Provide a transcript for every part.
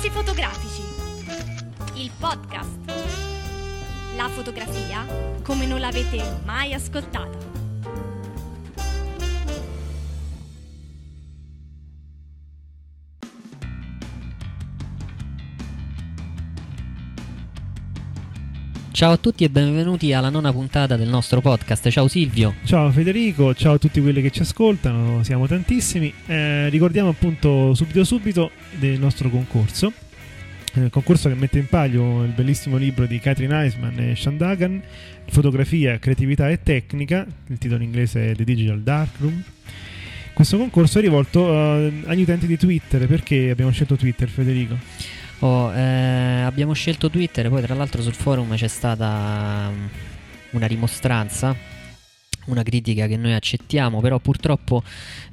Discorsi fotografici, il podcast. La fotografia come non l'avete mai ascoltata. Ciao a tutti e benvenuti alla nona puntata del nostro podcast. Ciao Silvio. Ciao Federico, ciao a tutti quelli che ci ascoltano, siamo tantissimi. Ricordiamo appunto subito del nostro concorso. Concorso che mette in palio il bellissimo libro di Catherine Eisman e Sean Duggan, Fotografia, creatività e tecnica. Il titolo in inglese è The Digital Darkroom. Questo concorso è rivolto agli utenti di Twitter. Perché abbiamo scelto Twitter, Federico? Abbiamo scelto Twitter, poi tra l'altro sul forum c'è stata una rimostranza, una critica che noi accettiamo, però purtroppo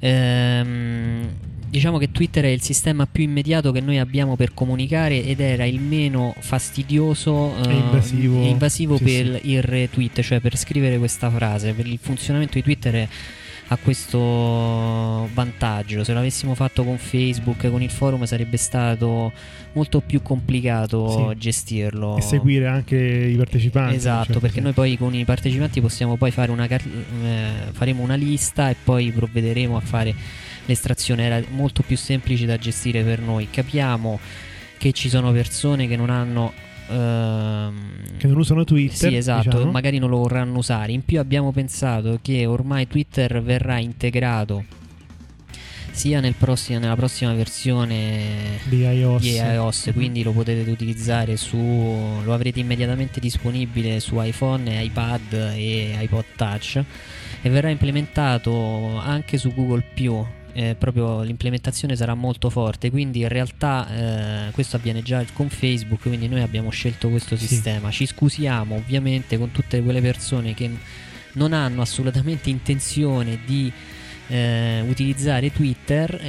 diciamo che Twitter è il sistema più immediato che noi abbiamo per comunicare ed era il meno fastidioso e invasivo sì, per sì. il retweet, cioè per scrivere questa frase. Per il funzionamento di Twitter ha questo vantaggio. Se l'avessimo fatto con Facebook, con il forum, sarebbe stato molto più complicato gestirlo e seguire anche i partecipanti. Esatto, perché noi poi con i partecipanti possiamo poi fare faremo una lista e poi provvederemo a fare l'estrazione. Era molto più semplice da gestire per noi. Capiamo che ci sono persone che non hanno che non usano Twitter. Sì, esatto, diciamo. Magari non lo vorranno usare. In più abbiamo pensato che ormai Twitter verrà integrato sia nella prossima versione di iOS, quindi lo potete utilizzare lo avrete immediatamente disponibile su iPhone, iPad e iPod Touch, e verrà implementato anche su Google+. Proprio l'implementazione sarà molto forte, quindi in realtà questo avviene già con Facebook, quindi noi abbiamo scelto questo sistema. Ci scusiamo ovviamente con tutte quelle persone che non hanno assolutamente intenzione di utilizzare Twitter,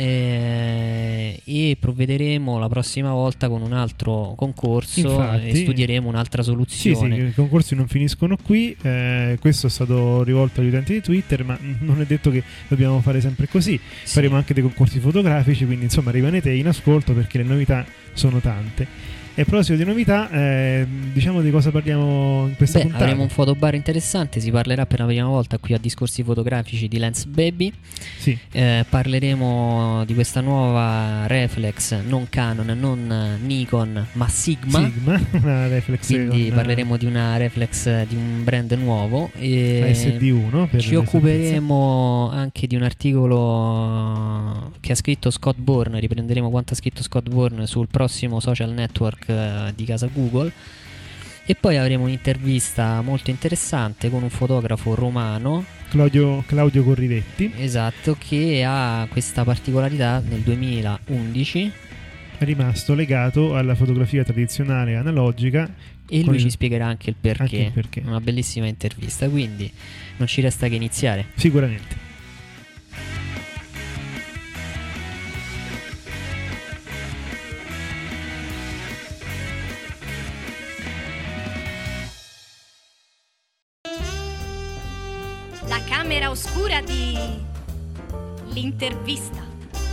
e provvederemo la prossima volta con un altro concorso. Infatti, e studieremo un'altra soluzione. Sì, i concorsi non finiscono qui. Questo è stato rivolto agli utenti di Twitter, ma non è detto che dobbiamo fare sempre così. Faremo anche dei concorsi fotografici, quindi insomma rimanete in ascolto perché le novità sono tante. E a proposito di novità, diciamo di cosa parliamo in questa puntata. Avremo un fotobar interessante, si parlerà per la prima volta qui a Discorsi Fotografici di Lens Baby. Sì. Parleremo di questa nuova reflex, non Canon, non Nikon, ma Sigma, una reflex. Quindi parleremo di una reflex di un brand nuovo, la SD1. Ci occuperemo anche di un articolo che ha scritto Scott Bourne. Riprenderemo quanto ha scritto Scott Bourne sul prossimo social network di casa Google. E poi avremo un'intervista molto interessante con un fotografo romano, Claudio Corrivetti. Esatto, che ha questa particolarità: nel 2011 è rimasto legato alla fotografia tradizionale analogica, e lui ci spiegherà anche il perché. Perché. Una bellissima intervista, quindi non ci resta che iniziare. Sicuramente. La camera oscura di l'intervista.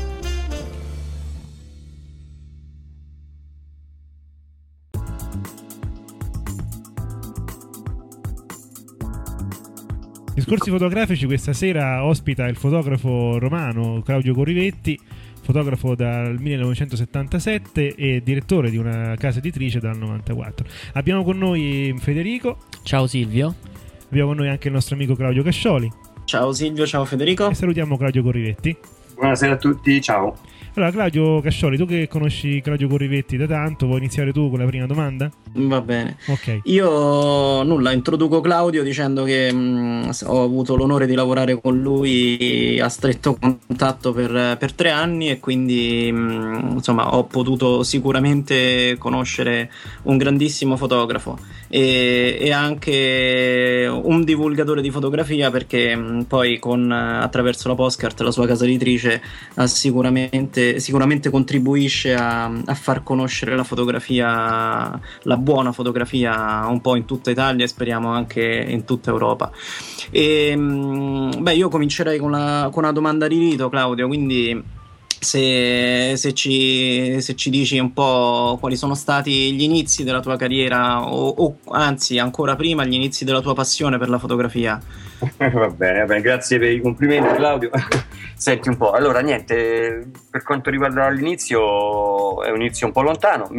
Discorsi fotografici questa sera ospita il fotografo romano Claudio Corrivetti, fotografo dal 1977 e direttore di una casa editrice dal 94. Abbiamo con noi Federico. Ciao Silvio. Abbiamo con noi anche il nostro amico Claudio Cascioli. Ciao Silvio, ciao Federico. E salutiamo Claudio Corrivetti. Buonasera a tutti, ciao. Allora, Claudio Cascioli, tu che conosci Claudio Corrivetti da tanto, vuoi iniziare tu con la prima domanda? Va bene. Ok. Io introduco Claudio dicendo che ho avuto l'onore di lavorare con lui a stretto contatto per 3 anni e quindi insomma ho potuto sicuramente conoscere un grandissimo fotografo e anche un divulgatore di fotografia, perché poi attraverso la Postcard, la sua casa editrice, sicuramente contribuisce a far conoscere la fotografia, la buona fotografia, un po' in tutta Italia e speriamo anche in tutta Europa. E io comincerei con una domanda di rito, Claudio, quindi se ci dici un po' quali sono stati gli inizi della tua carriera o anzi ancora prima gli inizi della tua passione per la fotografia. Va bene, grazie per i complimenti, Claudio. Senti un po', allora niente, per quanto riguarda l'inizio, è un inizio un po' lontano,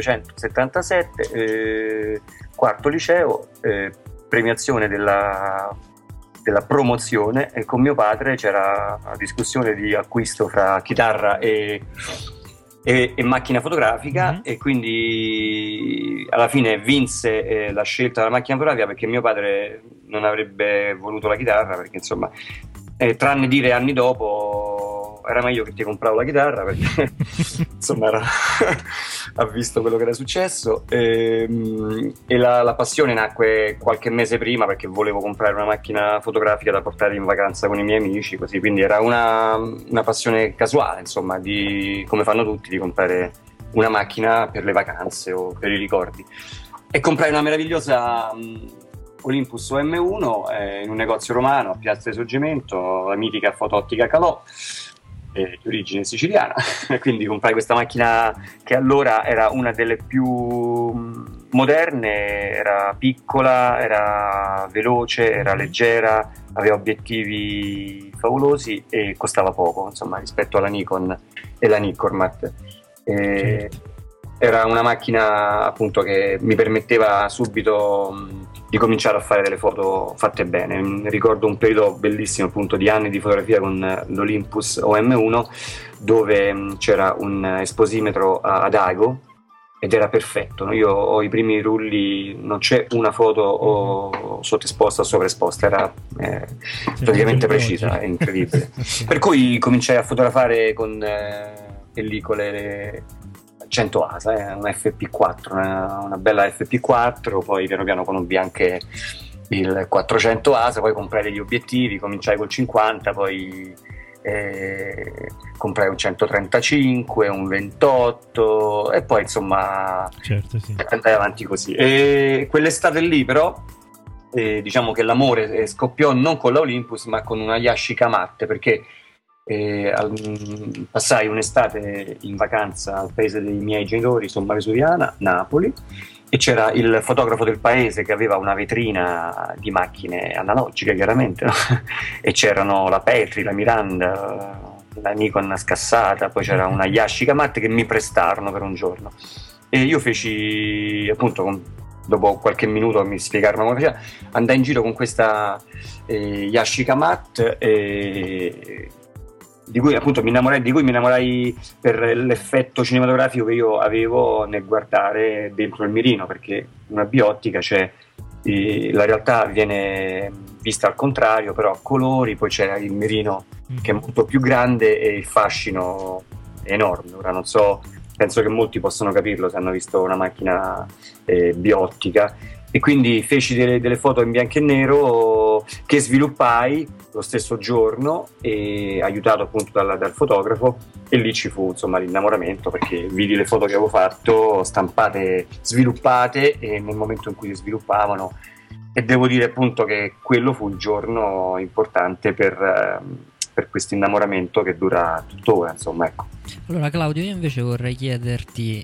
1977, quarto liceo, premiazione della promozione, e con mio padre c'era una discussione di acquisto fra chitarra e macchina fotografica, e quindi alla fine vinse la scelta della macchina fotografica, perché mio padre non avrebbe voluto la chitarra, perché insomma, tranne dire anni dopo era meglio che ti compravo la chitarra, perché insomma ha visto quello che era successo, e la passione nacque qualche mese prima, perché volevo comprare una macchina fotografica da portare in vacanza con i miei amici, così, quindi era una passione casuale, insomma, di come fanno tutti, di comprare una macchina per le vacanze o per i ricordi, e comprai una meravigliosa Olympus OM1 in un negozio romano a Piazza Risorgimento, la mitica Fotottica Calò, di origine siciliana. Quindi comprai questa macchina che allora era una delle più moderne, era piccola, era veloce, era leggera, aveva obiettivi favolosi e costava poco, insomma, rispetto alla Nikon e la Nikkormat. Era una macchina appunto che mi permetteva subito di cominciare a fare delle foto fatte bene. Ricordo un periodo bellissimo, appunto, di anni di fotografia con l'Olympus OM1, dove c'era un esposimetro ad ago ed era perfetto. Io ho i primi rulli, non c'è una foto o sottoesposta o sovraesposta, era praticamente precisa, è incredibile. Per cui cominciai a fotografare con pellicole 100 ASA, una FP4, una bella FP4, poi piano piano conobbi anche il 400 ASA, poi comprai degli obiettivi, cominciai col 50, poi comprai un 135, un 28 e poi insomma certo, sì, andai avanti così. E quell'estate lì però diciamo che l'amore scoppiò non con la Olympus ma con una Yashica Matte, perché passai un'estate in vacanza al paese dei miei genitori, Somma Vesuviana, Napoli, e c'era il fotografo del paese che aveva una vetrina di macchine analogiche, chiaramente, no? E c'erano la Petri, la Miranda, la Nikon scassata, poi c'era una Yashica Matte che mi prestarono per un giorno, e io feci, appunto, dopo qualche minuto mi spiegarono come faceva, andai in giro con questa Yashica Matte di cui appunto mi innamorai per l'effetto cinematografico che io avevo nel guardare dentro il mirino, perché una biottica c'è, la realtà viene vista al contrario, però a colori, poi c'è il mirino che è molto più grande e il fascino è enorme. Ora non so, penso che molti possono capirlo se hanno visto una macchina biottica, e quindi feci delle foto in bianco e nero che sviluppai lo stesso giorno, e aiutato appunto dal fotografo, e lì ci fu insomma l'innamoramento, perché vidi le foto che avevo fatto stampate, sviluppate, e nel momento in cui si sviluppavano, e devo dire appunto che quello fu il giorno importante per questo innamoramento che dura tuttora, insomma, ecco. Allora Claudio, io invece vorrei chiederti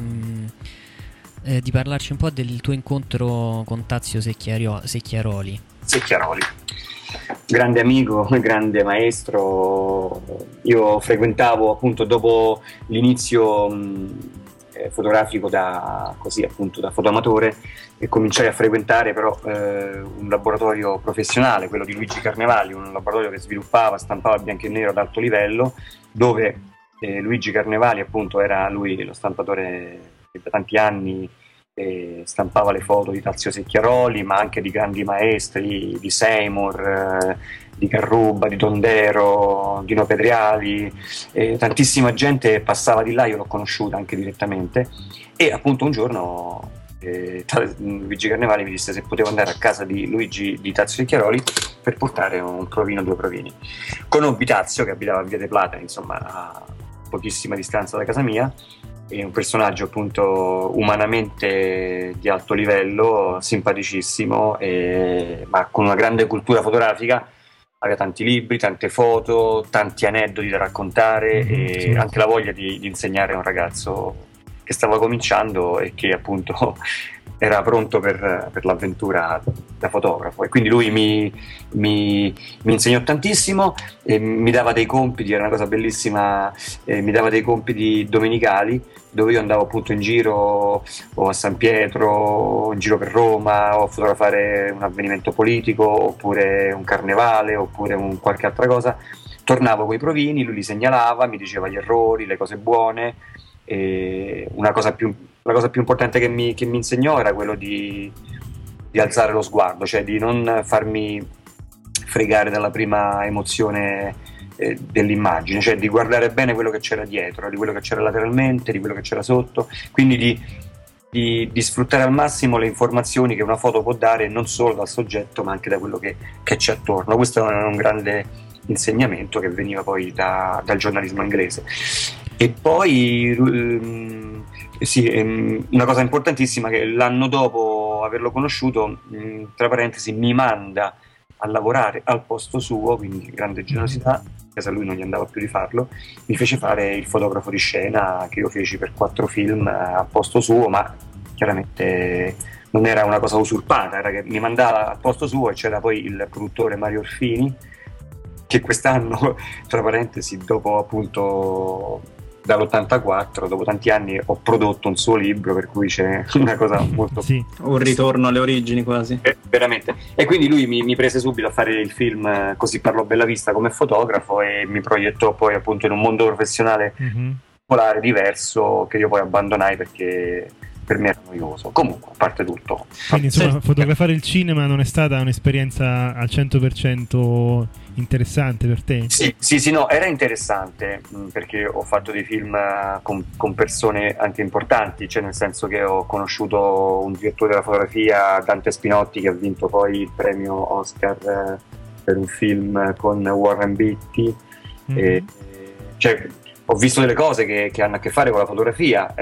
di parlarci un po' del tuo incontro con Tazio Secchiaroli. Grande amico, grande maestro. Io frequentavo appunto dopo l'inizio fotografico da fotoamatore, e cominciai a frequentare però un laboratorio professionale, quello di Luigi Carnevali, un laboratorio che stampava bianco e nero ad alto livello, dove Luigi Carnevali appunto era lui lo stampatore che da tanti anni stampava le foto di Tazio Secchiaroli, ma anche di grandi maestri, di Seymour, di Carrubba, di Tondero, Dino Pedriali, tantissima gente passava di là, io l'ho conosciuta anche direttamente, e appunto un giorno Luigi Carnevali mi disse se potevo andare a casa di Tazio Secchiaroli per portare un provino, 2 provini. Conobbi Tazio, che abitava a Via de Plata, insomma a pochissima distanza da casa mia, è un personaggio appunto umanamente di alto livello, simpaticissimo, ma con una grande cultura fotografica, aveva tanti libri, tante foto, tanti aneddoti da raccontare e anche la voglia di insegnare a un ragazzo che stava cominciando e che appunto era pronto per l'avventura da fotografo. E quindi lui mi insegnò tantissimo e mi dava dei compiti, era una cosa bellissima, mi dava dei compiti domenicali dove io andavo appunto in giro o a San Pietro, o in giro per Roma, o a fotografare un avvenimento politico, oppure un carnevale, oppure qualche altra cosa. Tornavo coi provini, lui li segnalava, mi diceva gli errori, le cose buone. E la cosa più importante che mi insegnò era quello di alzare lo sguardo, cioè di non farmi fregare dalla prima emozione dell'immagine, cioè di guardare bene quello che c'era dietro, di quello che c'era lateralmente, di quello che c'era sotto, quindi di sfruttare al massimo le informazioni che una foto può dare non solo dal soggetto ma anche da quello che c'è attorno. Questo è un grande insegnamento che veniva poi dal giornalismo inglese. E poi una cosa importantissima che l'anno dopo averlo conosciuto, tra parentesi, mi manda a lavorare al posto suo, quindi grande generosità, a lui non gli andava più di farlo, mi fece fare il fotografo di scena che io feci per 4 film al posto suo, ma chiaramente non era una cosa usurpata, era che mi mandava al posto suo e c'era poi il produttore Mario Orfini, che quest'anno, tra parentesi, dopo appunto dall'84, dopo tanti anni, ho prodotto un suo libro, per cui c'è una cosa molto un ritorno alle origini quasi, veramente. E quindi lui mi prese subito a fare il film Così parlò Bellavista come fotografo e mi proiettò poi appunto in un mondo professionale popolare diverso, che io poi abbandonai perché per me era noioso. Comunque, a parte tutto, quindi insomma fotografare il cinema non è stata un'esperienza al 100% interessante per te? Sì, no, era interessante perché ho fatto dei film con persone anche importanti, cioè nel senso che ho conosciuto un direttore della fotografia, Dante Spinotti, che ha vinto poi il premio Oscar per un film con Warren Beatty. Cioè, ho visto delle cose che hanno a che fare con la fotografia.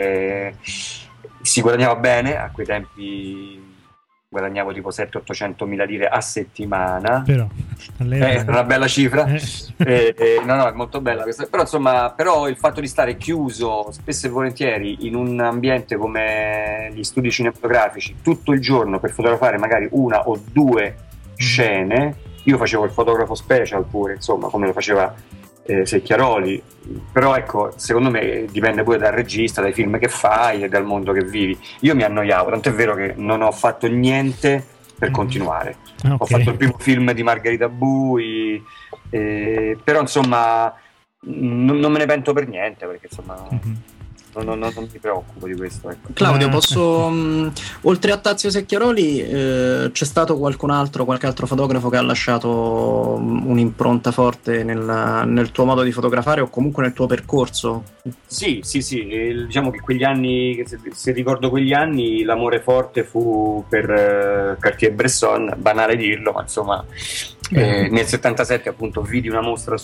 Si guadagnava bene, a quei tempi guadagnavo tipo 700-800 mila lire a settimana, però è una bella cifra. No, è molto bella questa. Però insomma, il fatto di stare chiuso spesso e volentieri in un ambiente come gli studi cinematografici tutto il giorno per fotografare magari 1 o 2 scene, io facevo il fotografo special pure, insomma, come lo faceva Secchiaroli, però ecco, secondo me dipende pure dal regista, dai film che fai e dal mondo che vivi. Io mi annoiavo, tant'è vero che non ho fatto niente per continuare. Ho fatto il primo film di Margherita Bui, però insomma non me ne pento per niente, perché insomma non mi preoccupo di questo, ecco. Claudio, posso oltre a Tazio Secchiaroli c'è stato qualche altro fotografo che ha lasciato un'impronta forte nel tuo modo di fotografare o comunque nel tuo percorso? Sì, diciamo che quegli anni, se ricordo quegli anni, l'amore forte fu per Cartier-Bresson, banale dirlo, ma insomma nel 77 appunto vidi una mostra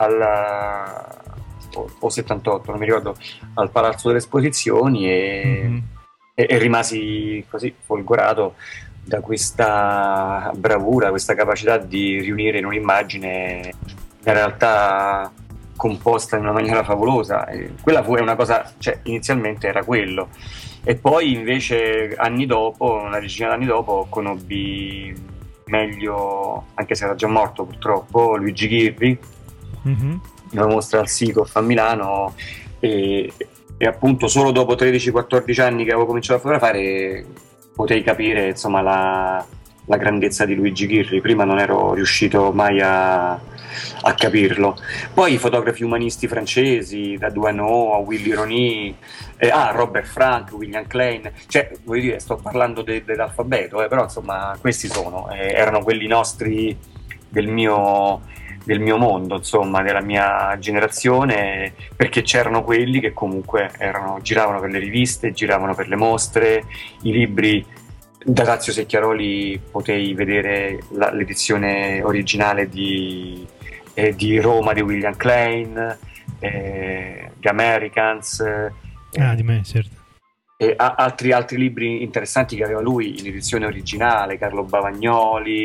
sua o 78, non mi ricordo, al Palazzo delle Esposizioni e rimasi così folgorato da questa bravura, questa capacità di riunire in un'immagine in realtà composta in una maniera favolosa. E quella fu una cosa, cioè inizialmente era quello, e poi invece anni dopo, una decina d'anni dopo, conobbi meglio, anche se era già morto purtroppo, Luigi Ghirri, una mostra al SICOF a Milano, e appunto solo dopo 13-14 anni che avevo cominciato a fotografare potei capire insomma la grandezza di Luigi Ghirri. Prima non ero riuscito mai a capirlo. Poi i fotografi umanisti francesi, da Douaneau a Willy Rony, Robert Frank, William Klein, cioè voglio dire, sto parlando dell'alfabeto, però insomma questi erano quelli nostri, del mio mondo, insomma, della mia generazione, perché c'erano quelli che comunque giravano per le riviste, giravano per le mostre, i libri. Da Tazio Secchiaroli potei vedere l'edizione originale di Roma di William Klein, The Americans, di me, certo. E altri libri interessanti che aveva lui in edizione originale, Carlo Bavagnoli,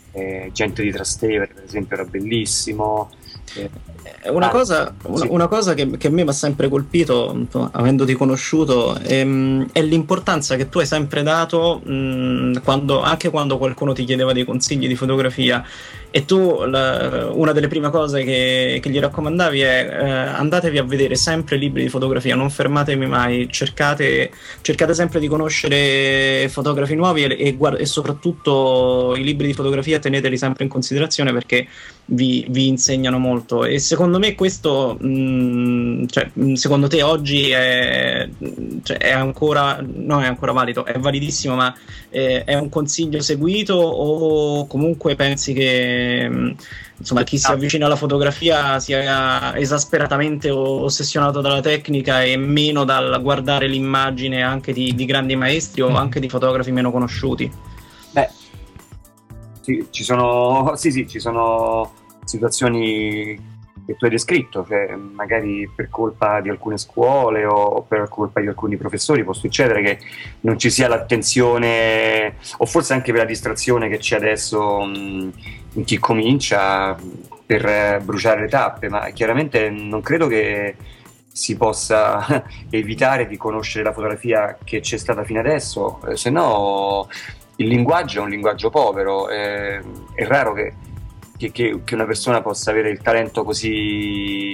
Gente di Trastevere, per esempio, era bellissimo. Una cosa che a me mi ha sempre colpito, insomma, avendoti conosciuto, è l'importanza che tu hai sempre dato anche quando qualcuno ti chiedeva dei consigli di fotografia, e tu una delle prime cose che gli raccomandavi è andatevi a vedere sempre libri di fotografia, non fermatevi mai, cercate sempre di conoscere fotografi nuovi e soprattutto i libri di fotografia teneteli sempre in considerazione, perché vi insegnano molto. E secondo me questo secondo te oggi è ancora, non è ancora valido, è validissimo, ma è un consiglio seguito, o comunque pensi che insomma chi si avvicina alla fotografia sia esasperatamente ossessionato dalla tecnica e meno dal guardare l'immagine anche di grandi maestri o anche di fotografi meno conosciuti? Sì, ci sono situazioni che tu hai descritto, cioè magari per colpa di alcune scuole o per colpa di alcuni professori può succedere che non ci sia l'attenzione, o forse anche per la distrazione che c'è adesso in chi comincia, per bruciare le tappe, ma chiaramente non credo che si possa evitare di conoscere la fotografia che c'è stata fino adesso, se no il linguaggio è un linguaggio povero, è raro che una persona possa avere il talento così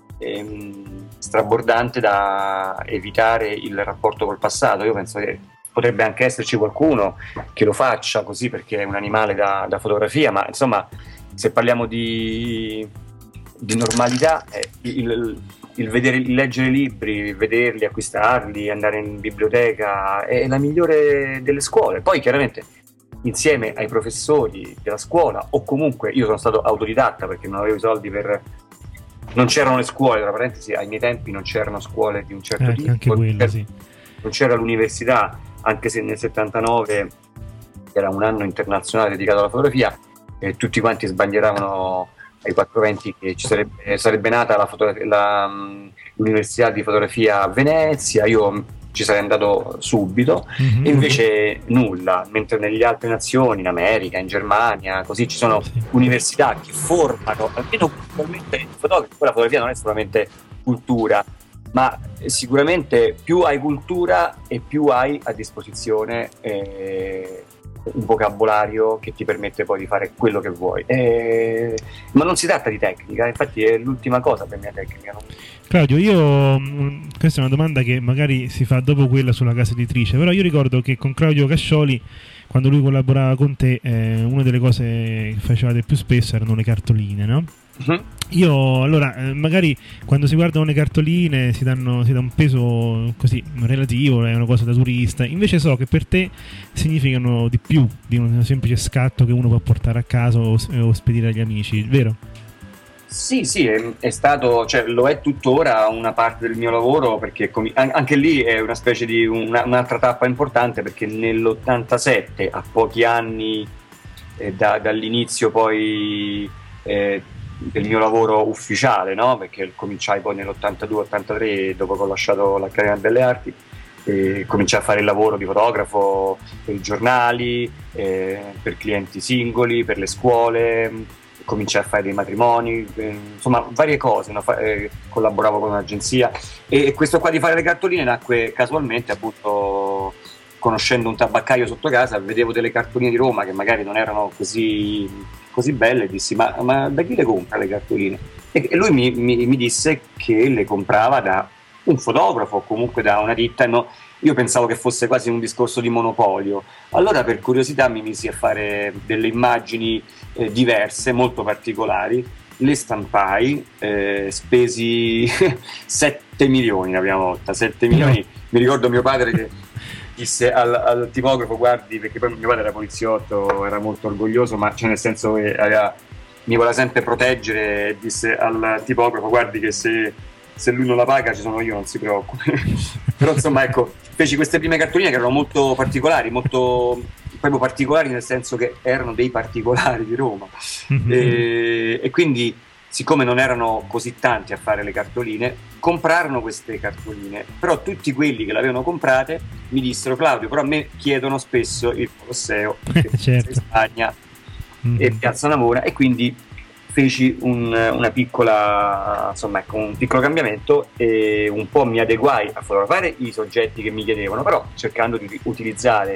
strabordante da evitare il rapporto col passato. Io penso che potrebbe anche esserci qualcuno che lo faccia così perché è un animale da fotografia, ma insomma, se parliamo di normalità, il leggere libri, vederli, acquistarli, andare in biblioteca è la migliore delle scuole. Poi chiaramente insieme ai professori della scuola, o comunque io sono stato autodidatta perché non avevo i soldi non c'erano le scuole, tra parentesi, ai miei tempi non c'erano scuole di un certo tipo, anche quello, sì. Non c'era l'università, anche se nel 79 era un anno internazionale dedicato alla fotografia e tutti quanti sbandieravano ai 420 che ci sarebbe nata l'università di fotografia a Venezia. Io ci sarei andato subito, e invece nulla, mentre nelle altre nazioni, in America, in Germania, così ci sono università che formano almeno culturalmente i fotografi. Poi la fotografia non è solamente cultura, ma sicuramente più hai cultura e più hai a disposizione un vocabolario che ti permette poi di fare quello che vuoi, ma non si tratta di tecnica, infatti è l'ultima cosa per me, tecnica. Claudio, questa è una domanda che magari si fa dopo quella sulla casa editrice, però io ricordo che con Claudio Cascioli, quando lui collaborava con te, una delle cose che facevate più spesso erano le cartoline, no? Uh-huh. Io allora magari quando si guardano le cartoline si dà un peso così relativo, è una cosa da turista, invece so che per te significano di più di un semplice scatto che uno può portare a casa o spedire agli amici, vero? Sì, è stato, cioè lo è tuttora una parte del mio lavoro, perché anche lì è una specie di un'altra tappa importante, perché nell'87, a pochi anni dall'inizio poi del mio lavoro ufficiale, no? Perché cominciai poi nell'82-83, dopo che ho lasciato l'Accademia Belle Arti, cominciai a fare il lavoro di fotografo per i giornali, per clienti singoli, per le scuole, cominciai a fare dei matrimoni, insomma varie cose, no? Collaboravo con un'agenzia, e questo qua di fare le cartoline nacque casualmente, appunto conoscendo un tabaccaio sotto casa, vedevo delle cartoline di Roma che magari non erano così belle, e dissi ma da chi le compra le cartoline? E lui mi disse che le comprava da un fotografo o comunque da una ditta, no? Io pensavo che fosse quasi un discorso di monopolio. Allora per curiosità mi misi a fare delle immagini diverse, molto particolari, le stampai, spesi 7 milioni la prima volta, 7 milioni. Mi ricordo mio padre che disse al tipografo, guardi, perché poi mio padre era poliziotto, era molto orgoglioso, ma cioè nel senso che mi voleva sempre proteggere, disse al tipografo, guardi che se lui non la paga ci sono io, non si preoccupi. Però insomma, ecco, feci queste prime cartoline che erano molto particolari, molto proprio particolari, nel senso che erano dei particolari di Roma. E quindi, siccome non erano così tanti a fare le cartoline, comprarono queste cartoline. Però tutti quelli che le avevano comprate mi dissero, Claudio, però a me chiedono spesso il Colosseo, perché certo. in Spagna e Piazza Navona, e quindi feci una piccola, insomma, ecco, un piccolo cambiamento, e un po' mi adeguai a fotografare i soggetti che mi chiedevano, però cercando di utilizzare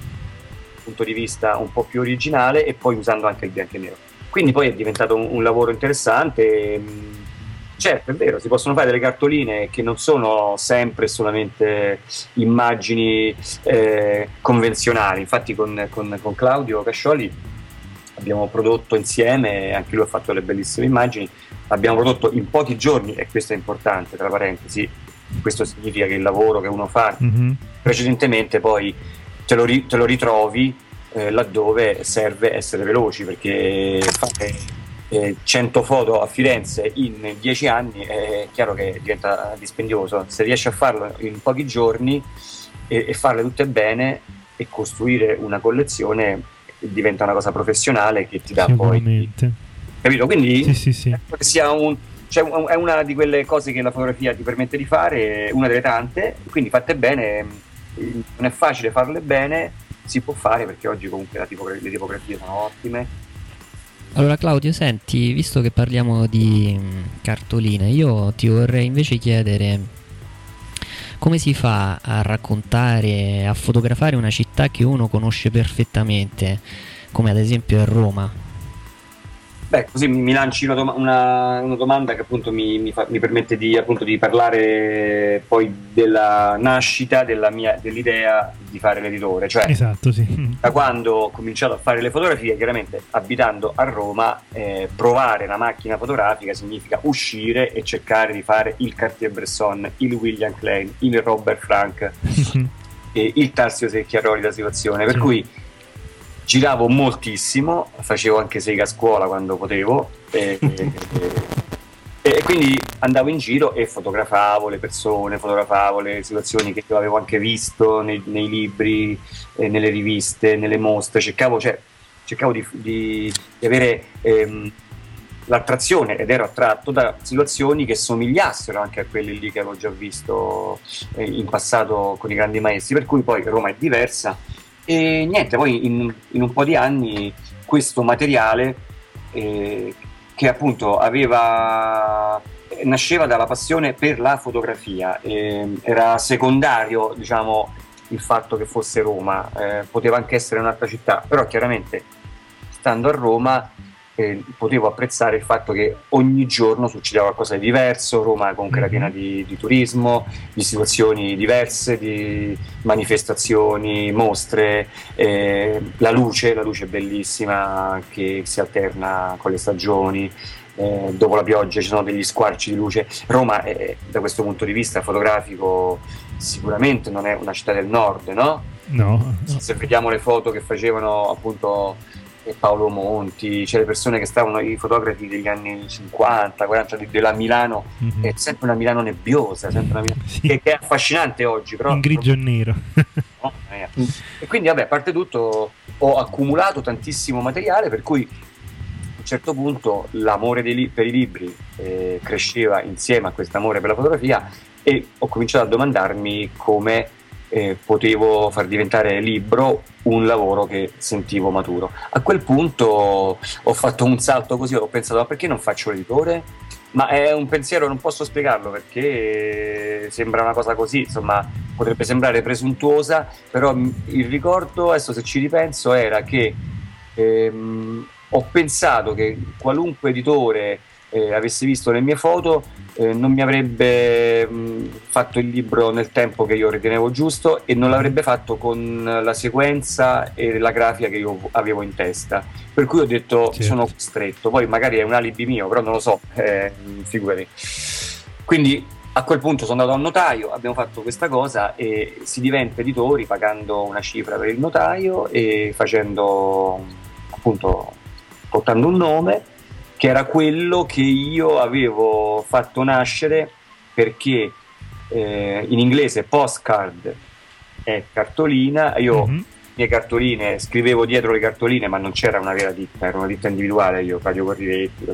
un punto di vista un po' più originale e poi usando anche il bianco e nero. Quindi poi è diventato un lavoro interessante. Certo, è vero, si possono fare delle cartoline che non sono sempre solamente immagini convenzionali. Infatti con Claudio Cascioli abbiamo prodotto insieme, anche lui ha fatto delle bellissime immagini, abbiamo prodotto in pochi giorni, e questo è importante, tra parentesi, questo significa che il lavoro che uno fa precedentemente poi te lo ritrovi laddove serve essere veloci, perché fare 100 foto a Firenze in 10 anni è chiaro che diventa dispendioso. Se riesci a farlo in pochi giorni e farle tutte bene e costruire una collezione, diventa una cosa professionale che ti dà poi, capito? Quindi sì. Penso che sia è una di quelle cose che la fotografia ti permette di fare, una delle tante, quindi fatte bene. Non è facile farle bene, si può fare, perché oggi comunque le tipografie sono ottime. Allora Claudio, senti, visto che parliamo di cartoline, io ti vorrei invece chiedere come si fa a raccontare, a fotografare una città che uno conosce perfettamente, come ad esempio è Roma. Beh, così mi lanci una domanda che appunto mi permette di parlare poi della nascita dell'idea di fare l'editore. Cioè, esatto, sì. Da quando ho cominciato a fare le fotografie, chiaramente abitando a Roma, provare la macchina fotografica significa uscire e cercare di fare il Cartier-Bresson, il William Klein, il Robert Frank, e il Tarsio Secchiaroli da situazione, per cui giravo moltissimo, facevo anche sega a scuola quando potevo, e quindi andavo in giro e fotografavo le persone, fotografavo le situazioni che io avevo anche visto nei libri, nelle riviste, nelle mostre. Cercavo di avere l'attrazione, ed ero attratto da situazioni che somigliassero anche a quelle lì che avevo già visto in passato con i grandi maestri, per cui poi Roma è diversa. E niente, poi in un po' di anni questo materiale che appunto nasceva dalla passione per la fotografia, era secondario, diciamo, il fatto che fosse Roma, poteva anche essere un'altra città, però chiaramente stando a Roma potevo apprezzare il fatto che ogni giorno succedeva qualcosa di diverso. Roma comunque era piena di turismo, di situazioni diverse, di manifestazioni, mostre, la luce è bellissima che si alterna con le stagioni, dopo la pioggia ci sono degli squarci di luce. Roma da questo punto di vista fotografico sicuramente non è una città del nord, no? No. Se vediamo le foto che facevano appunto Paolo Monti, cioè le persone che stavano, i fotografi degli anni 50, 40 della Milano, è sempre una Milano nebbiosa, sempre una Milano, che è affascinante oggi, però in grigio e nero. No, e quindi vabbè, a parte tutto ho accumulato tantissimo materiale, per cui a un certo punto l'amore per i libri cresceva insieme a questo amore per la fotografia, e ho cominciato a domandarmi come potevo far diventare libro un lavoro che sentivo maturo. A quel punto ho fatto un salto così, ho pensato: ma perché non faccio l'editore? Ma è un pensiero, non posso spiegarlo, perché sembra una cosa così, insomma, potrebbe sembrare presuntuosa, però il ricordo, adesso se ci ripenso, era che ho pensato che qualunque editore avesse visto le mie foto non mi avrebbe fatto il libro nel tempo che io ritenevo giusto, e non l'avrebbe fatto con la sequenza e la grafica che io avevo in testa, per cui ho detto sono costretto. Poi magari è un alibi mio, però non lo so, figurati. Quindi a quel punto sono andato a un notaio, abbiamo fatto questa cosa e si diventa editori pagando una cifra per il notaio e facendo, appunto, portando un nome che era quello che io avevo fatto nascere, perché in inglese postcard è cartolina. Io le mie cartoline scrivevo dietro le cartoline, ma non c'era una vera ditta, era una ditta individuale, io Claudio Corrivetti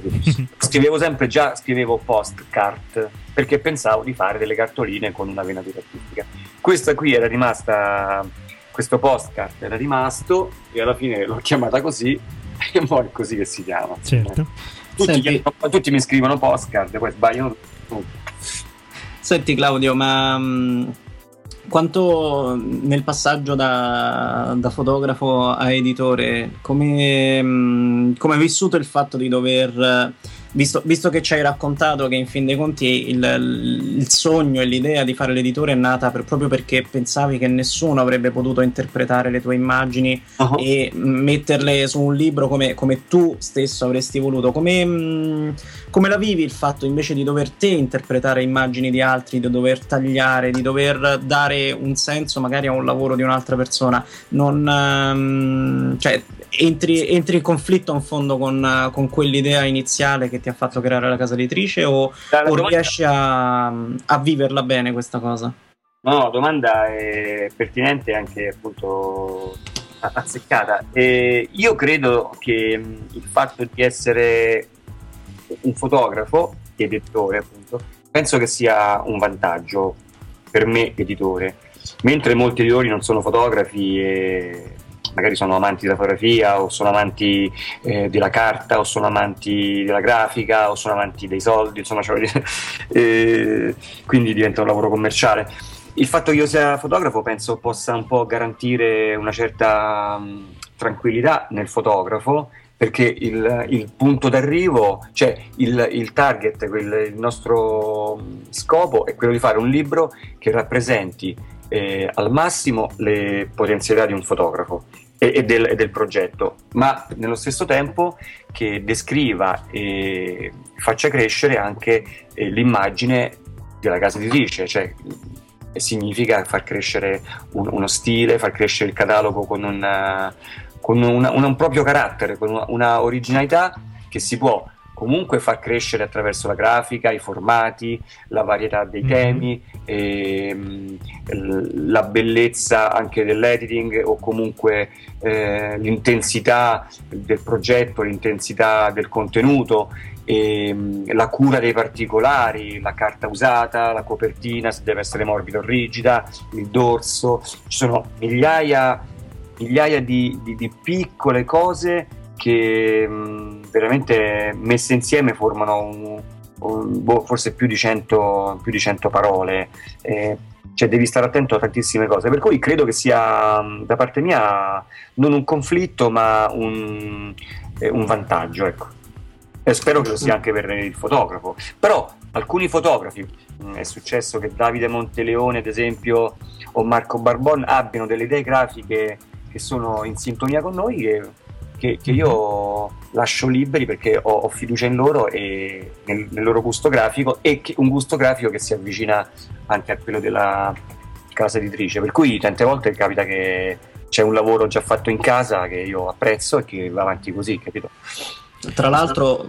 scrivevo postcard perché pensavo di fare delle cartoline con una venatura artistica. Questa qui era rimasta, questo postcard era rimasto, e alla fine l'ho chiamata così. e poi è così che si chiama. Certo. Tutti mi scrivono postcard, poi sbagliano tutti. Senti Claudio, ma quanto nel passaggio da fotografo a editore, come hai vissuto il fatto di dover, visto che ci hai raccontato che in fin dei conti il sogno e l'idea di fare l'editore è nata proprio perché pensavi che nessuno avrebbe potuto interpretare le tue immagini e metterle su un libro come tu stesso avresti voluto, come la vivi il fatto invece di dover te interpretare immagini di altri, di dover tagliare, di dover dare un senso magari a un lavoro di un'altra persona? Cioè entri in conflitto in fondo con quell'idea iniziale che ti ha fatto creare la casa editrice o riesci a viverla bene questa cosa? No, la domanda è pertinente e anche appunto azzeccata. Io credo che il fatto di essere un fotografo editore, appunto, penso che sia un vantaggio per me editore, mentre molti editori non sono fotografi e magari sono amanti della fotografia o sono amanti della carta o sono amanti della grafica o sono amanti dei soldi, insomma, quindi diventa un lavoro commerciale. Il fatto che io sia fotografo penso possa un po' garantire una certa tranquillità nel fotografo, perché il punto d'arrivo, cioè il target, il nostro scopo è quello di fare un libro che rappresenti al massimo le potenzialità di un fotografo e del progetto, ma nello stesso tempo che descriva e faccia crescere anche l'immagine della casa editrice, cioè significa far crescere uno stile, far crescere il catalogo con un proprio carattere, con una originalità che si può comunque far crescere attraverso la grafica, i formati, la varietà dei temi, la bellezza anche dell'editing o comunque l'intensità del progetto, l'intensità del contenuto, la cura dei particolari, la carta usata, la copertina se deve essere morbida o rigida, il dorso. Ci sono migliaia di piccole cose che veramente messe insieme formano forse più di 100 parole, cioè devi stare attento a tantissime cose, per cui credo che sia da parte mia non un conflitto ma un vantaggio, ecco, e spero che lo sia anche per il fotografo. Però alcuni fotografi, è successo che Davide Monteleone ad esempio o Marco Barbon abbiano delle idee grafiche che sono in sintonia con noi, che io lascio liberi perché ho fiducia in loro e nel loro gusto grafico, e un gusto grafico che si avvicina anche a quello della casa editrice, per cui tante volte capita che c'è un lavoro già fatto in casa che io apprezzo e che va avanti così, capito? Tra l'altro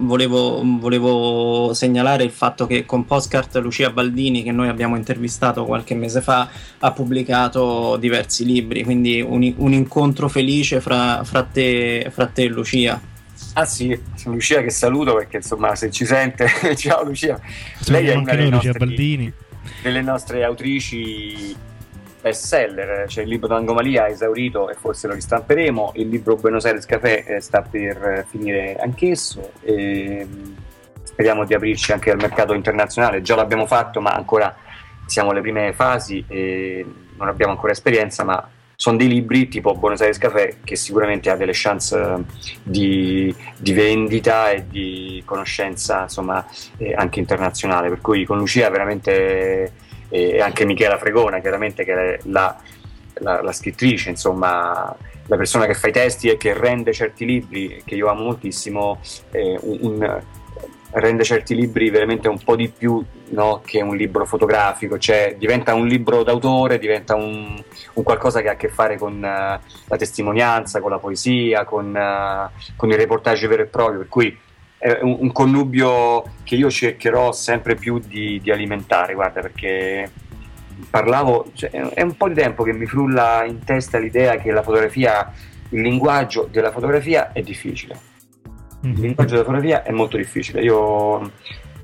volevo segnalare il fatto che con Postcard Lucia Baldini, che noi abbiamo intervistato qualche mese fa, ha pubblicato diversi libri, quindi un incontro felice fra te e Lucia. Ah sì, Lucia che saluto perché insomma se ci sente, ciao Lucia. Lei è una delle nostre autrici best seller, cioè il libro d'Angomalia è esaurito e forse lo ristamperemo, il libro Buenos Aires Café sta per finire anch'esso e speriamo di aprirci anche al mercato internazionale. Già l'abbiamo fatto ma ancora siamo alle prime fasi e non abbiamo ancora esperienza, ma sono dei libri tipo Buenos Aires Café che sicuramente ha delle chance di vendita e di conoscenza, insomma, anche internazionale, per cui con Lucia veramente, e anche Michela Fregona chiaramente, che è la scrittrice, insomma la persona che fa i testi e che rende certi libri, che io amo moltissimo, rende certi libri veramente un po' di più, no, che un libro fotografico, cioè diventa un libro d'autore, diventa un qualcosa che ha a che fare con la testimonianza, con la poesia, con il reportage vero e proprio, per cui è un connubio che io cercherò sempre più di alimentare, guarda, perché parlavo, cioè, è un po' di tempo che mi frulla in testa l'idea che la fotografia, il linguaggio della fotografia è difficile. Il linguaggio della fotografia è molto difficile. Io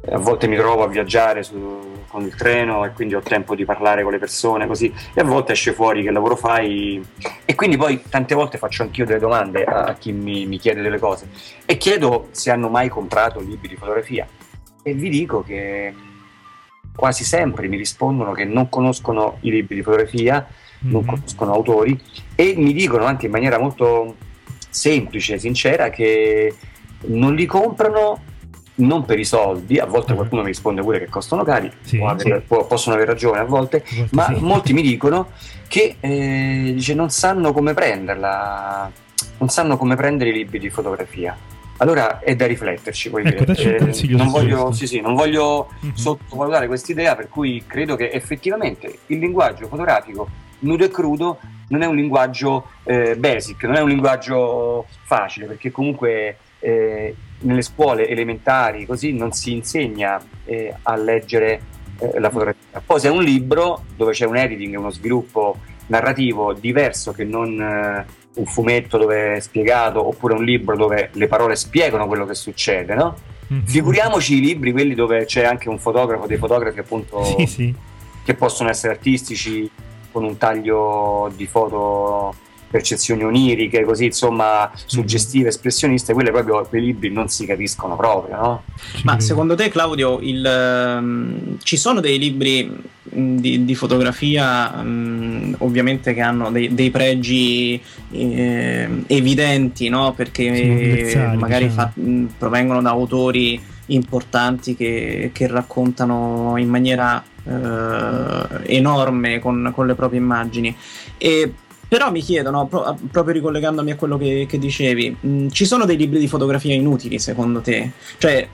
a volte mi trovo a viaggiare con il treno e quindi ho tempo di parlare con le persone così, e a volte esce fuori che lavoro fai, e quindi poi tante volte faccio anch'io delle domande a chi mi chiede delle cose e chiedo se hanno mai comprato libri di fotografia, e vi dico che quasi sempre mi rispondono che non conoscono i libri di fotografia, non conoscono autori, e mi dicono anche in maniera molto semplice, sincera, che non li comprano non per i soldi. A volte qualcuno mi risponde pure che costano cari, possono aver ragione a volte, ma molti mi dicono che dice non sanno come prenderla, non sanno come prendere i libri di fotografia. Allora è da rifletterci, dacci un consiglio. Non voglio sottovalutare quest'idea, per cui credo che effettivamente il linguaggio fotografico nudo e crudo non è un linguaggio basic, non è un linguaggio facile, perché comunque nelle scuole elementari così non si insegna a leggere la fotografia. Poi se è un libro dove c'è un editing e uno sviluppo narrativo diverso che non un fumetto dove è spiegato, oppure un libro dove le parole spiegano quello che succede, no? Figuriamoci i libri, quelli dove c'è anche un fotografo, dei fotografi appunto che possono essere artistici, con un taglio di foto, percezioni oniriche, così insomma suggestive, espressioniste. Quei libri non si capiscono proprio, no? Ma secondo te, Claudio, ci sono dei libri di fotografia ovviamente che hanno dei pregi evidenti, no? Perché magari provengono da autori importanti che raccontano in maniera enorme con le proprie immagini, però mi chiedono, proprio ricollegandomi a quello che dicevi, ci sono dei libri di fotografia inutili secondo te? Cioè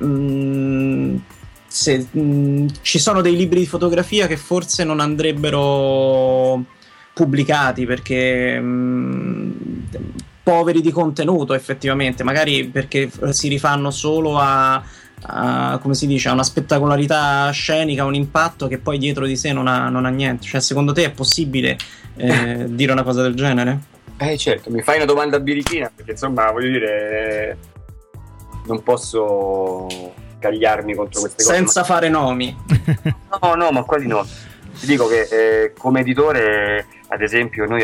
ci sono dei libri di fotografia che forse non andrebbero pubblicati perché poveri di contenuto, effettivamente, magari perché si rifanno solo a come si dice, a una spettacolarità scenica, un impatto che poi dietro di sé non ha niente. Cioè, secondo te è possibile dire una cosa del genere? Certo, mi fai una domanda birichina, perché insomma voglio dire, non posso cagliarmi contro queste cose senza fare nomi. No, ma quali no? Ti dico che come editore, ad esempio, noi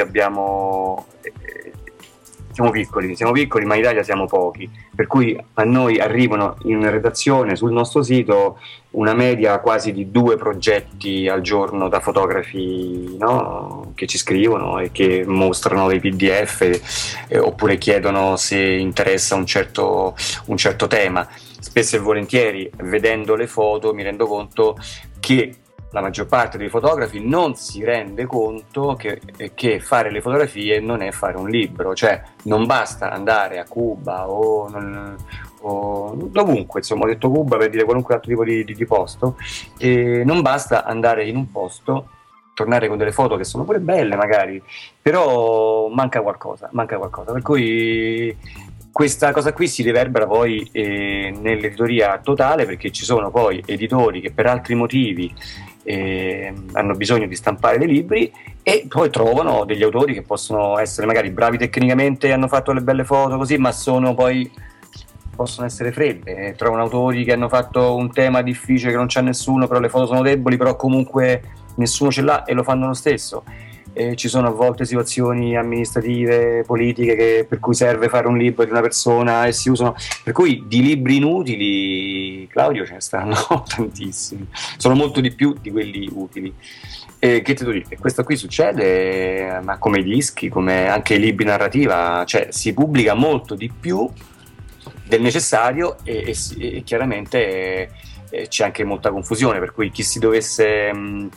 siamo piccoli, ma in Italia siamo pochi, per cui a noi arrivano in redazione sul nostro sito una media quasi di 2 progetti al giorno da fotografi, no? Che ci scrivono e che mostrano dei PDF oppure chiedono se interessa un certo tema. Spesso e volentieri, vedendo le foto, mi rendo conto che la maggior parte dei fotografi non si rende conto che fare le fotografie non è fare un libro, cioè non basta andare a Cuba o dovunque, insomma, ho detto Cuba per dire qualunque altro tipo di posto, e non basta andare in un posto, tornare con delle foto che sono pure belle magari, però manca qualcosa, per cui questa cosa qui si riverbera poi nell'editoria totale, perché ci sono poi editori che per altri motivi hanno bisogno di stampare dei libri e poi trovano degli autori che possono essere magari bravi tecnicamente, hanno fatto le belle foto così, ma possono essere fredde. Trovano autori che hanno fatto un tema difficile che non c'è nessuno, però le foto sono deboli, però comunque nessuno ce l'ha e lo fanno lo stesso. Ci sono a volte situazioni amministrative, politiche per cui serve fare un libro di una persona e si usano, per cui di libri inutili, Claudio, ce ne stanno tantissimi, sono molto di più di quelli utili. Che ti devo dire? Questo qui succede, ma come i dischi, come anche i libri narrativa, cioè si pubblica molto di più del necessario e chiaramente c'è anche molta confusione, per cui chi si dovesse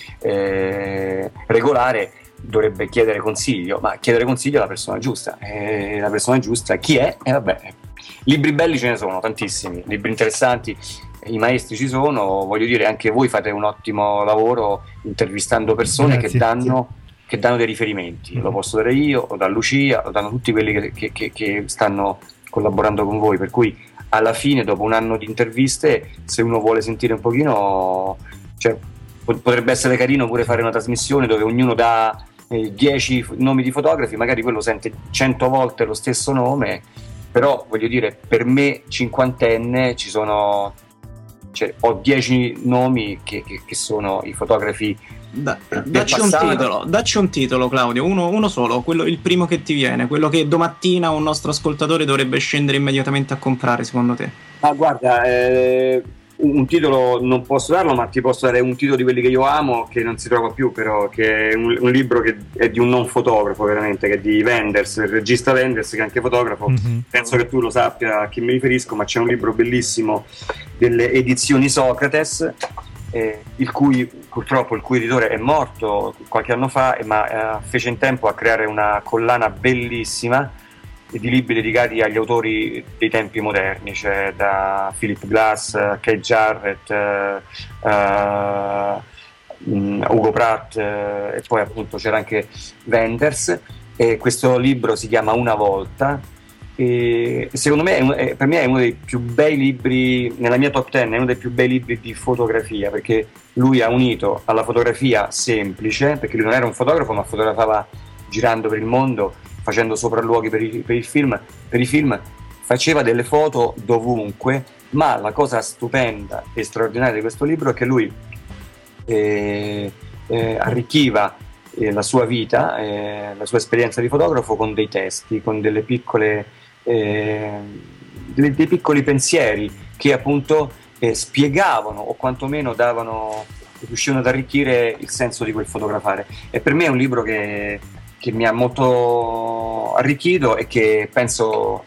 regolare dovrebbe chiedere consiglio, ma chiedere consiglio alla persona giusta. La persona giusta chi è? Vabbè, libri belli ce ne sono tantissimi, libri interessanti, i maestri ci sono, voglio dire, anche voi fate un ottimo lavoro intervistando persone che danno dei riferimenti. Lo posso dare io, lo dà Lucia, lo danno tutti quelli che stanno collaborando con voi, per cui alla fine, dopo un anno di interviste, se uno vuole sentire un pochino, cioè, potrebbe essere carino pure fare una trasmissione dove ognuno dà 10 nomi di fotografi, magari quello sente 100 volte lo stesso nome, però voglio dire, per me cinquantenne ci sono cioè, ho 10 nomi che sono i fotografi. Dacci un titolo, Claudio, uno solo, il primo che ti viene, quello che domattina un nostro ascoltatore dovrebbe scendere immediatamente a comprare, secondo te. Ma guarda, un titolo non posso darlo, ma ti posso dare un titolo di quelli che io amo, che non si trova più, però, che è un libro che è di un non fotografo, veramente, che è di Wenders, il regista Wenders, che è anche fotografo. Penso che tu lo sappia a chi mi riferisco, ma c'è un libro bellissimo delle edizioni Socrates, il cui editore è morto qualche anno fa, ma fece in tempo a creare una collana bellissima di libri dedicati agli autori dei tempi moderni, cioè da Philip Glass, Kate Jarrett, Ugo Pratt, e poi appunto c'era anche Wenders, e questo libro si chiama Una volta, e secondo me per me è uno dei più bei libri, nella mia top 10 è uno dei più bei libri di fotografia, perché lui ha unito alla fotografia semplice, perché lui non era un fotografo ma fotografava girando per il mondo, facendo sopralluoghi per i film, faceva delle foto dovunque, ma la cosa stupenda e straordinaria di questo libro è che lui arricchiva la sua vita, la sua esperienza di fotografo con dei testi, con delle piccole dei piccoli pensieri che appunto spiegavano o quantomeno riuscivano ad arricchire il senso di quel fotografare. E per me è un libro che mi ha molto arricchito e che penso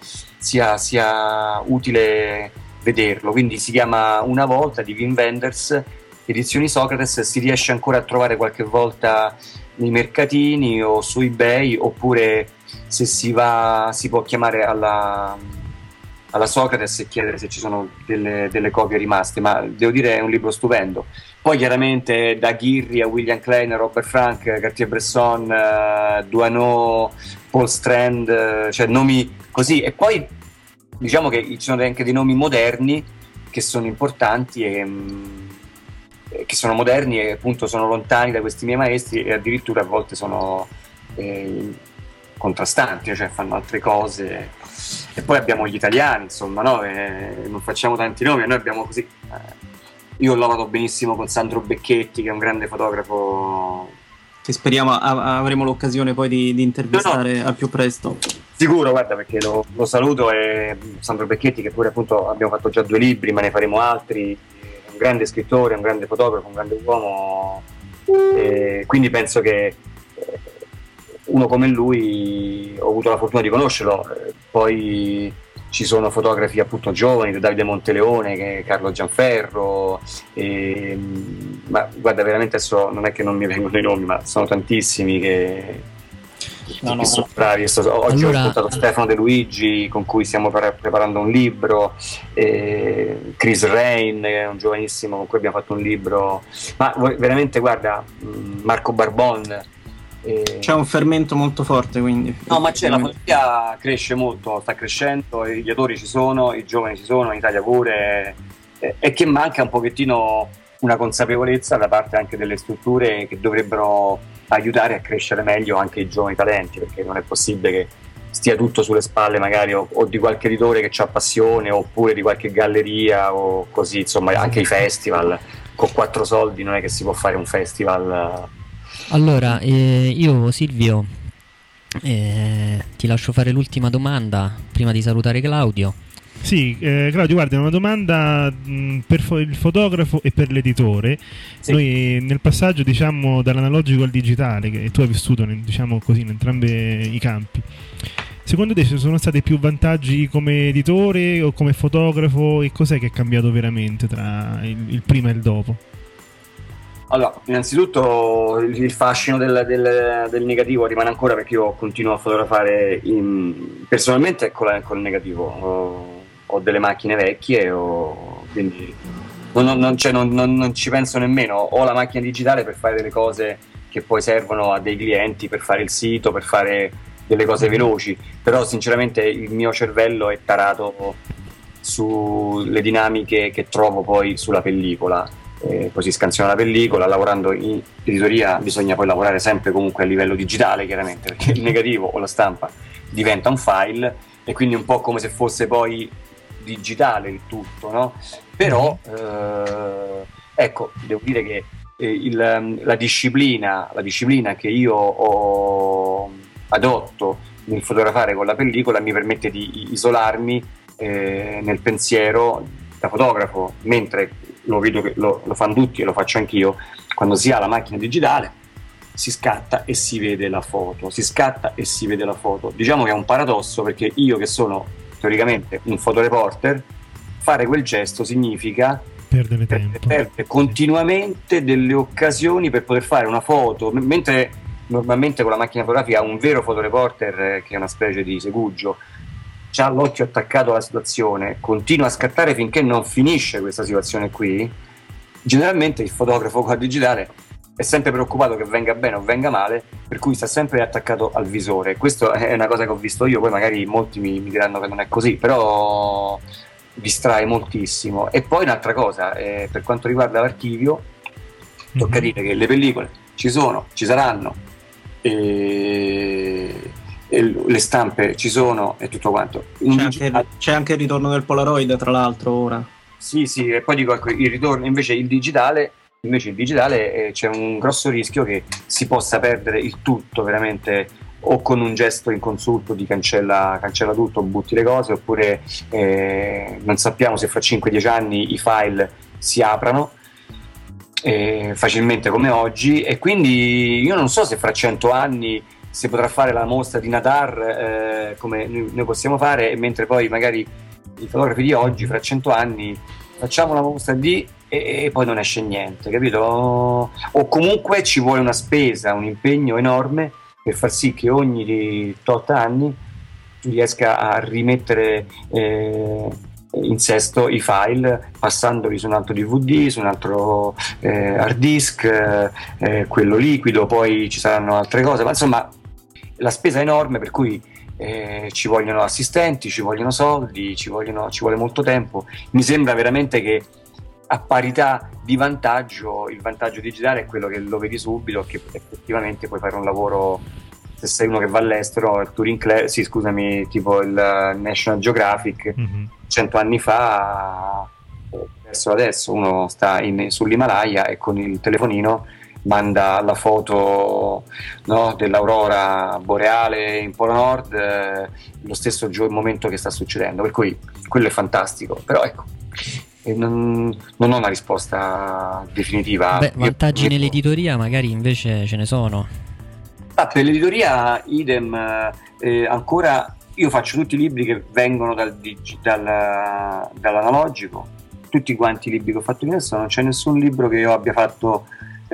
sia utile vederlo. Quindi si chiama Una volta, di Wim Wenders, edizioni Socrates. Si riesce ancora a trovare qualche volta nei mercatini o su eBay, oppure se si può chiamare alla Socrates e chiedere se ci sono delle copie rimaste, ma devo dire è un libro stupendo. Poi chiaramente da Ghirri a William Klein, Robert Frank, Cartier-Bresson, Duano, Paul Strand, cioè nomi così. E poi diciamo che ci sono anche dei nomi moderni che sono importanti e che sono moderni e appunto sono lontani da questi miei maestri, e addirittura a volte sono contrastanti, cioè fanno altre cose. E poi abbiamo gli italiani, insomma, no? Non facciamo tanti nomi, noi abbiamo così. Io ho lavorato benissimo con Sandro Becchetti, che è un grande fotografo, che speriamo avremo l'occasione poi di intervistare al più presto. Sicuro, guarda, perché lo saluto, e Sandro Becchetti, che pure appunto abbiamo fatto già 2 libri, ma ne faremo altri. È un grande scrittore, un grande fotografo, un grande uomo, e quindi penso che uno come lui ho avuto la fortuna di conoscerlo. Poi ci sono fotografi appunto giovani, da Davide Monteleone, Carlo Gianferro, ma guarda, veramente adesso non è che non mi vengono i nomi, ma sono tantissimi che sono bravi. Oggi ho ascoltato Stefano De Luigi, con cui stiamo preparando un libro, Chris Rain, che è un giovanissimo con cui abbiamo fatto un libro, ma veramente guarda, Marco Barbon. C'è un fermento molto forte, quindi. No, ma la fotografia cresce molto, sta crescendo, gli autori ci sono, i giovani ci sono, in Italia pure, e che manca un pochettino una consapevolezza da parte anche delle strutture che dovrebbero aiutare a crescere meglio anche i giovani talenti, perché non è possibile che stia tutto sulle spalle magari o di qualche editore che ha passione, oppure di qualche galleria o così, insomma. Anche i festival, con 4 soldi non è che si può fare un festival. Allora, io Silvio ti lascio fare l'ultima domanda prima di salutare Claudio. Sì, Claudio, guarda, è una domanda per il fotografo e per l'editore. Sì. Noi nel passaggio, diciamo, dall'analogico al digitale, che tu hai vissuto, diciamo così, in entrambi i campi, secondo te ci sono stati più vantaggi come editore o come fotografo, e cos'è che è cambiato veramente tra il prima e il dopo? Allora, innanzitutto il fascino del negativo rimane ancora, perché io continuo a fotografare personalmente con il negativo. Ho delle macchine vecchie, quindi non ci penso nemmeno. Ho la macchina digitale per fare delle cose che poi servono a dei clienti, per fare il sito, per fare delle cose veloci, però sinceramente il mio cervello è tarato sulle dinamiche che trovo poi sulla pellicola. Poi si scansiona la pellicola. Lavorando in editoria bisogna poi lavorare sempre comunque a livello digitale, chiaramente, perché il negativo o la stampa diventa un file, e quindi un po' come se fosse poi digitale il tutto, no? Però ecco, devo dire che la disciplina che io adotto nel fotografare con la pellicola mi permette di isolarmi nel pensiero da fotografo, mentre lo vedo che lo fanno tutti e lo faccio anch'io. Quando si ha la macchina digitale si scatta e si vede la foto, diciamo che è un paradosso, perché io che sono teoricamente un fotoreporter, fare quel gesto significa perdere tempo, perdere continuamente delle occasioni per poter fare una foto, mentre normalmente con la macchina fotografica un vero fotoreporter, che è una specie di segugio, c'ha l'occhio attaccato alla situazione, continua a scattare finché non finisce questa situazione qui. Generalmente il fotografo con la digitale è sempre preoccupato che venga bene o venga male, per cui sta sempre attaccato al visore. Questa è una cosa che ho visto io, poi magari molti mi diranno che non è così, però distrae moltissimo. E poi un'altra cosa, per quanto riguarda l'archivio, tocca dire che le pellicole ci sono, ci saranno, e le stampe ci sono e tutto quanto. C'è anche il ritorno del Polaroid, tra l'altro, ora. Sì, e poi dico, ecco, il ritorno invece il digitale c'è un grosso rischio che si possa perdere il tutto veramente, o con un gesto inconsulto di cancella tutto, butti le cose, oppure non sappiamo se fra 5-10 anni i file si aprano facilmente come oggi, e quindi io non so se fra 100 anni si potrà fare la mostra di Nadar come noi possiamo fare, mentre poi magari i fotografi di oggi fra 100 anni facciamo la mostra di e poi non esce niente, capito? O comunque ci vuole una spesa, un impegno enorme per far sì che ogni tot anni tu riesca a rimettere in sesto i file, passandoli su un altro DVD, su un altro hard disk, quello liquido, poi ci saranno altre cose, ma insomma la spesa è enorme, per cui ci vogliono assistenti, ci vogliono soldi, ci vuole molto tempo. Mi sembra veramente che a parità di vantaggio, il vantaggio digitale è quello che lo vedi subito, che effettivamente puoi fare un lavoro, se sei uno che va all'estero, il Touring Club, tipo il National Geographic, 100 anni fa verso adesso uno sta sull'Himalaya e con il telefonino manda la foto, no, dell'aurora boreale in Polo Nord lo stesso momento che sta succedendo, per cui quello è fantastico. Però ecco, non ho una risposta definitiva. Vantaggi nell'editoria magari invece ce ne sono. Per l'editoria idem, ancora io faccio tutti i libri che vengono dall'analogico, tutti quanti i libri che ho fatto adesso, non c'è nessun libro che io abbia fatto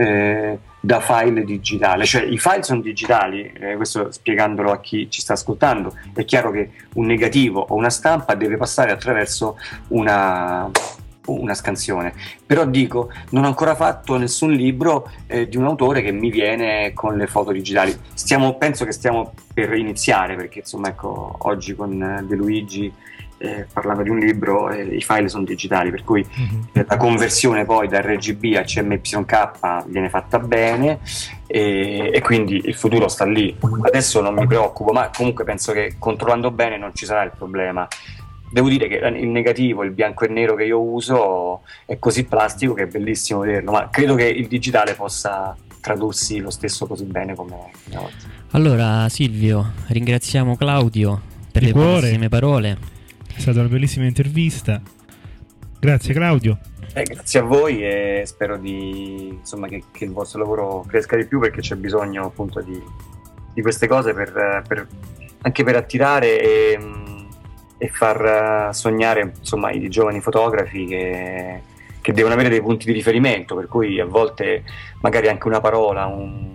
da file digitale, cioè i file sono digitali, questo spiegandolo a chi ci sta ascoltando. È chiaro che un negativo o una stampa deve passare attraverso una scansione, però dico, non ho ancora fatto nessun libro di un autore che mi viene con le foto digitali. Penso che stiamo per iniziare, perché insomma, ecco, oggi con De Luigi parlava di un libro, i file sono digitali, per cui la conversione poi da RGB a CMYK viene fatta bene, e quindi il futuro sta lì. Adesso non mi preoccupo, ma comunque penso che controllando bene non ci sarà il problema. Devo dire che il negativo, il bianco e nero che io uso, è così plastico che è bellissimo vederlo, ma credo che il digitale possa tradursi lo stesso così bene come una volta. Allora Silvio, ringraziamo Claudio per le bellissime parole. È stata una bellissima intervista. Grazie Claudio. Grazie a voi, e spero insomma, che il vostro lavoro cresca di più, perché c'è bisogno appunto di queste cose anche per attirare e far sognare, insomma, i giovani fotografi che devono avere dei punti di riferimento, per cui a volte magari anche una parola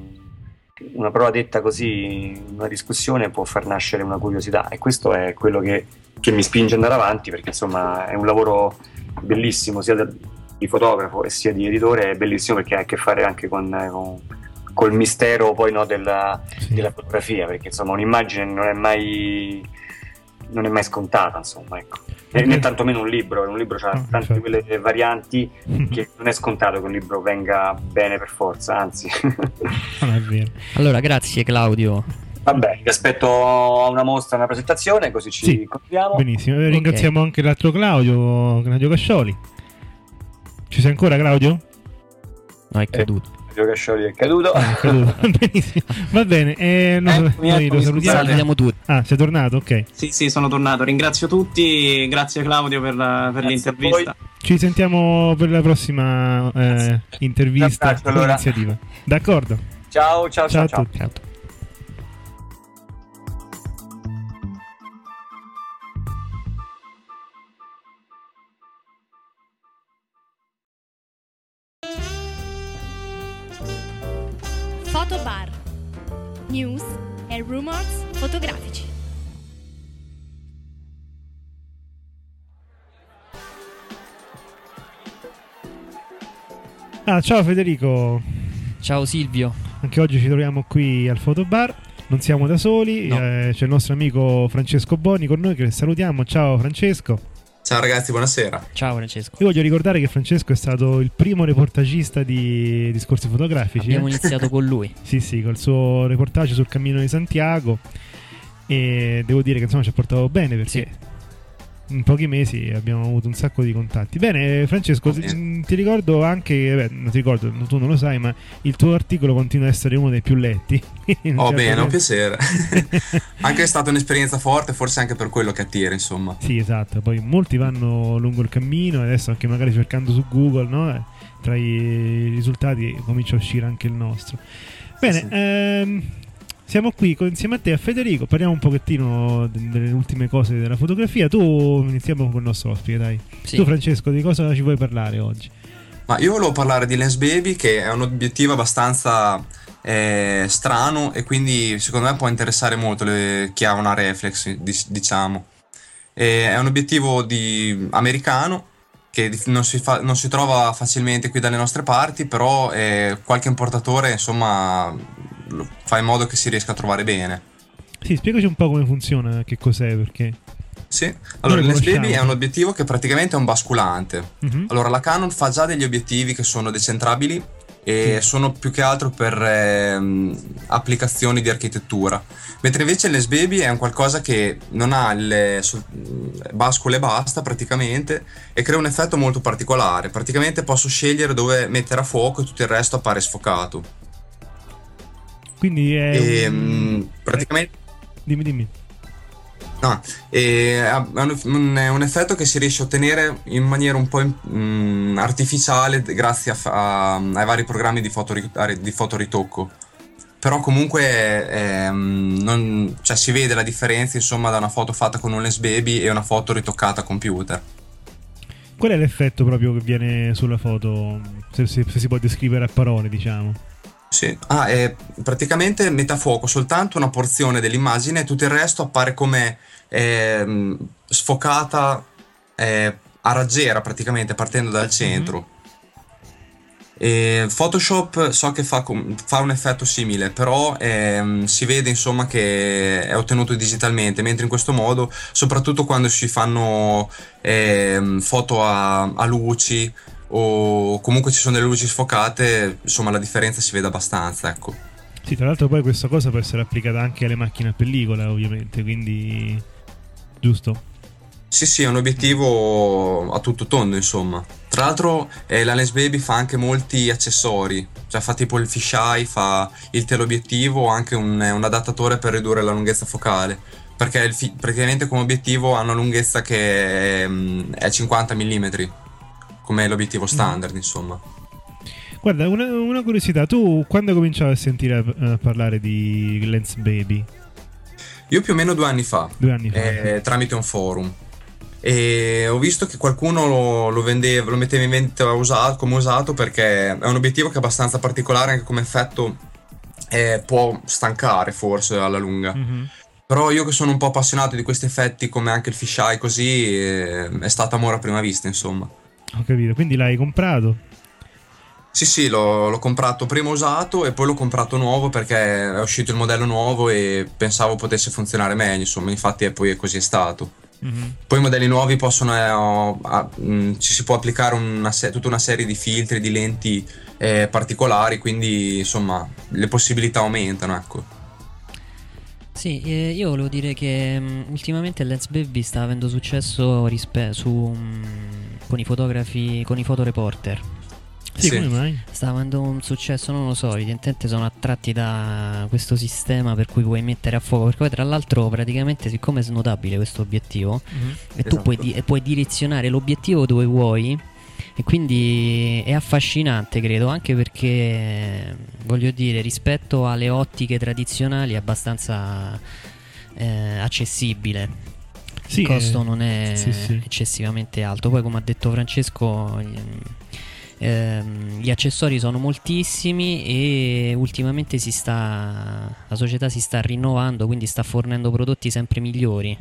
detta così in una discussione può far nascere una curiosità, e questo è quello che mi spinge ad andare avanti, perché insomma è un lavoro bellissimo sia di fotografo e sia di editore, è bellissimo perché ha a che fare anche col mistero poi, no, della fotografia, perché insomma un'immagine non è mai scontata, insomma, ecco. Né tantomeno un libro ha tante quelle varianti che non è scontato che un libro venga bene per forza, anzi. Non è vero. Allora grazie Claudio, Vabbè, vi aspetto a una mostra, una presentazione, così ci incontriamo. Benissimo, ringraziamo anche l'altro Claudio Cascioli. Ci sei ancora, Claudio? No, è caduto. Claudio Cascioli è caduto. Benissimo, va bene, noi lo salutiamo tutti. Sei tornato? Ok. Sì, sono tornato. Ringrazio tutti, grazie Claudio per l'intervista. Ci sentiamo per la prossima intervista o iniziativa. D'accordo. Ciao a tutti. Ciao. Fotobar. News e rumors fotografici. Ciao Federico. Ciao Silvio. Anche oggi ci troviamo qui al Fotobar. Non siamo da soli, no. C'è il nostro amico Francesco Boni con noi che salutiamo. Ciao Francesco. Ciao ragazzi, buonasera. Ciao Francesco. Io voglio ricordare che Francesco è stato il primo reportagista di Discorsi Fotografici. Abbiamo iniziato con lui. Sì, col suo reportage sul Cammino di Santiago. E devo dire che insomma ci ha portato bene, perché in pochi mesi abbiamo avuto un sacco di contatti. Bene, Francesco, ti ricordo anche, non ti ricordo, tu non lo sai, ma il tuo articolo continua a essere uno dei più letti. Bene, un piacere. Anche è stata un'esperienza forte, forse anche per quello che attira, insomma. Sì, esatto. Poi molti vanno lungo il cammino e adesso anche magari cercando su Google, no? Tra i risultati comincia a uscire anche il nostro. Bene, siamo qui insieme a te, a Federico, parliamo un pochettino delle ultime cose della fotografia. Tu iniziamo con il nostro ospite, dai. Sì. Tu Francesco, di cosa ci vuoi parlare oggi? Ma io volevo parlare di Lens Baby, che è un obiettivo abbastanza strano e quindi secondo me può interessare molto chi ha una reflex, diciamo. È un obiettivo americano che non si trova facilmente qui dalle nostre parti, però qualche importatore insomma fa in modo che si riesca a trovare bene. Sì, spiegaci un po' come funziona, che cos'è, perché... Sì, allora il Lens Baby è un obiettivo che praticamente è un basculante. Allora la Canon fa già degli obiettivi che sono decentrabili e sono più che altro per applicazioni di architettura, mentre invece il Lens Baby è un qualcosa che non ha bascule e basta praticamente, e crea un effetto molto particolare. Praticamente posso scegliere dove mettere a fuoco e tutto il resto appare sfocato. Quindi è praticamente dimmi. No, è un effetto che si riesce a ottenere in maniera un po' artificiale grazie ai vari programmi di fotoritocco. Però comunque si vede la differenza, insomma, da una foto fatta con un Lens Baby e una foto ritoccata a computer. Qual è l'effetto proprio che viene sulla foto, se si può descrivere a parole, diciamo? Sì, praticamente mette a fuoco soltanto una porzione dell'immagine e tutto il resto appare come sfocata a raggiera, praticamente partendo dal centro. Photoshop so che fa un effetto simile, però si vede insomma che è ottenuto digitalmente, mentre in questo modo, soprattutto quando si fanno foto a luci o comunque ci sono delle luci sfocate, insomma la differenza si vede abbastanza, ecco. Sì, tra l'altro poi questa cosa può essere applicata anche alle macchine a pellicola, ovviamente, quindi giusto? Sì, è un obiettivo a tutto tondo, insomma. Tra l'altro la Lens Baby fa anche molti accessori, cioè fa tipo il fisheye, fa il teleobiettivo, anche un adattatore per ridurre la lunghezza focale, perché praticamente come obiettivo ha una lunghezza che è 50 mm, come l'obiettivo standard, insomma. Guarda, una curiosità, tu quando hai cominciato a sentire a parlare di Lens Baby? Io più o meno 2 anni fa, sì. Tramite un forum, e ho visto che qualcuno lo metteva in vendita come usato, perché è un obiettivo che è abbastanza particolare anche come effetto, può stancare forse alla lunga. Però io che sono un po' appassionato di questi effetti come anche il fisheye così, è stato amore a prima vista, insomma. Ho capito, quindi l'hai comprato? Sì, l'ho comprato prima usato e poi l'ho comprato nuovo perché è uscito il modello nuovo e pensavo potesse funzionare meglio, insomma, infatti poi così è stato. Poi i modelli nuovi possono ci si può applicare tutta una serie di filtri, di lenti particolari, quindi insomma le possibilità aumentano, ecco. Sì, io volevo dire che ultimamente il Lens Baby sta avendo successo con i fotografi, con i fotoreporter. Sì, come mai? Sta avendo un successo, non lo so, evidentemente sono attratti da questo sistema per cui puoi mettere a fuoco, perché poi tra l'altro praticamente siccome è snotabile questo obiettivo e tu puoi direzionare l'obiettivo dove vuoi, e quindi è affascinante, credo, anche perché voglio dire, rispetto alle ottiche tradizionali è abbastanza accessibile. Sì, il costo non è sì. eccessivamente alto. Poi, come ha detto Francesco, gli accessori sono moltissimi e ultimamente la società si sta rinnovando, quindi sta fornendo prodotti sempre migliori.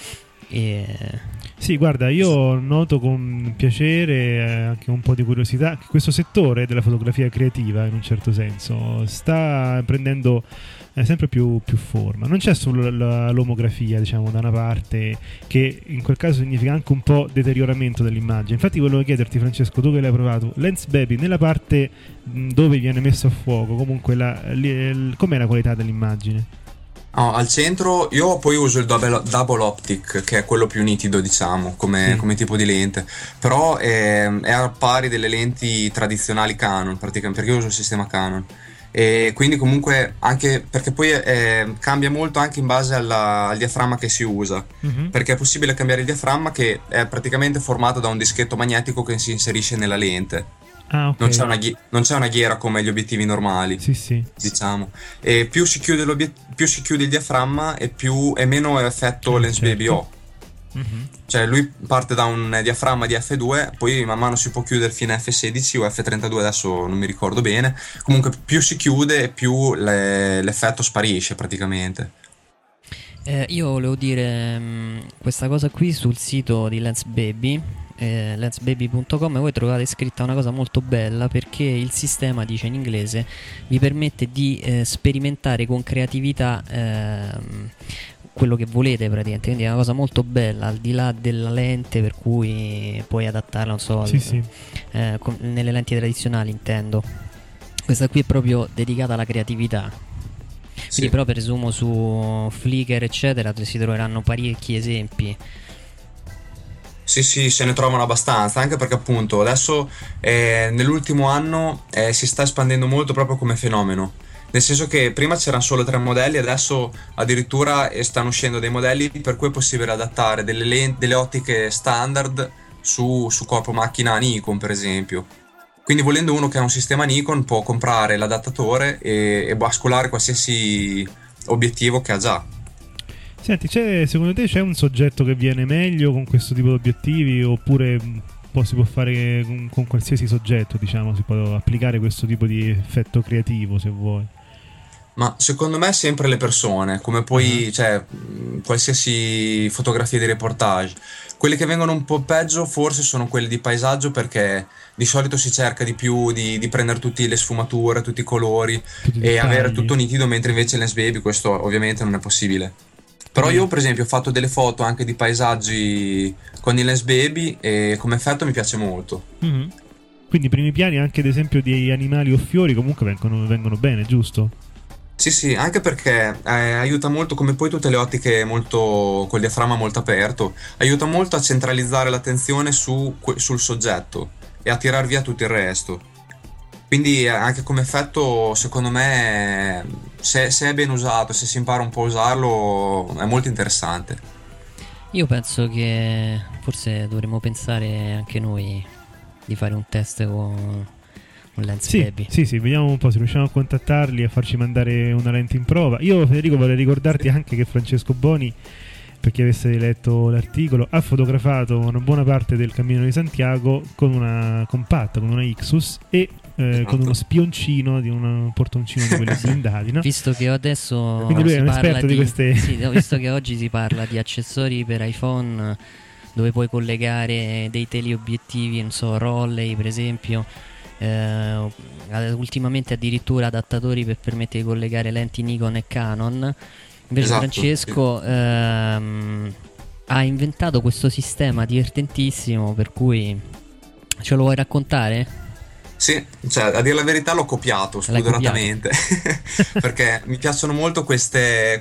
Sì, guarda, io noto con piacere, anche un po' di curiosità, che questo settore della fotografia creativa, in un certo senso, sta prendendo sempre più forma. Non c'è solo l'omografia, diciamo, da una parte, che in quel caso significa anche un po' deterioramento dell'immagine. Infatti volevo chiederti, Francesco, tu che l'hai provato, Lens Baby, nella parte dove viene messo a fuoco, comunque com'è la qualità dell'immagine? No, al centro io poi uso il double optic, che è quello più nitido, diciamo, come tipo di lente, però è al pari delle lenti tradizionali Canon, praticamente, perché io uso il sistema Canon, e quindi comunque anche perché poi cambia molto anche in base al diaframma che si usa, perché è possibile cambiare il diaframma, che è praticamente formato da un dischetto magnetico che si inserisce nella lente. Ah, okay. Non c'è una ghiera come gli obiettivi normali, sì. diciamo. E più si chiude il diaframma e meno effetto Lens Baby ho. Cioè lui parte da un diaframma di F2, poi man mano si può chiudere fino a F16 o F32, adesso non mi ricordo bene. Comunque più si chiude e più l'effetto sparisce praticamente. Io volevo dire questa cosa qui sul sito di Lens Baby, lensbaby.com. Voi trovate scritta una cosa molto bella, perché il sistema, dice in inglese, vi permette di sperimentare con creatività quello che volete praticamente, quindi è una cosa molto bella, al di là della lente, per cui puoi adattarla, non so, nelle lenti tradizionali intendo. Questa qui è proprio dedicata alla creatività. Quindi però presumo su Flickr eccetera si troveranno parecchi esempi. Sì, se ne trovano abbastanza, anche perché appunto adesso nell'ultimo anno si sta espandendo molto proprio come fenomeno, nel senso che prima c'erano solo 3 modelli, adesso addirittura stanno uscendo dei modelli per cui è possibile adattare delle ottiche standard su corpo macchina Nikon, per esempio. Quindi volendo, uno che ha un sistema Nikon può comprare l'adattatore e basculare qualsiasi obiettivo che ha già. Senti, secondo te c'è un soggetto che viene meglio con questo tipo di obiettivi, oppure si può fare con qualsiasi soggetto, diciamo, si può applicare questo tipo di effetto creativo, se vuoi? Ma secondo me sempre le persone, come poi qualsiasi fotografia di reportage. Quelli che vengono un po' peggio forse sono quelli di paesaggio, perché di solito si cerca di più di prendere tutte le sfumature, tutti i colori e avere tutto nitido, mentre invece Lens Baby questo ovviamente non è possibile. Però io per esempio ho fatto delle foto anche di paesaggi con il Lens Baby e come effetto mi piace molto. Quindi i primi piani anche ad esempio di animali o fiori comunque vengono bene, giusto? Sì, anche perché aiuta molto, come poi tutte le ottiche molto col diaframma molto aperto, aiuta molto a centralizzare l'attenzione sul soggetto e a tirar via tutto il resto. Quindi anche come effetto, secondo me, se è ben usato, se si impara un po' a usarlo, è molto interessante. Io penso che forse dovremmo pensare anche noi di fare un test con Lens Baby. Sì, vediamo un po' se riusciamo a contattarli e a farci mandare una lente in prova. Io, Federico, vorrei ricordarti anche che Francesco Boni, per chi avesse letto l'articolo, ha fotografato una buona parte del Cammino di Santiago con una compatta, con una Ixus e con uno spioncino di un portoncino di quelli blindati, no? Visto che adesso quindi lui è un esperto di queste visto che oggi si parla di accessori per iPhone dove puoi collegare dei teleobiettivi, non so, Rollei per esempio, ultimamente addirittura adattatori per permettere di collegare lenti Nikon e Canon. Invece Francesco ha inventato questo sistema divertentissimo, per cui ce lo vuoi raccontare? Sì, cioè a dire la verità l'ho copiato spudoratamente perché mi piacciono molto queste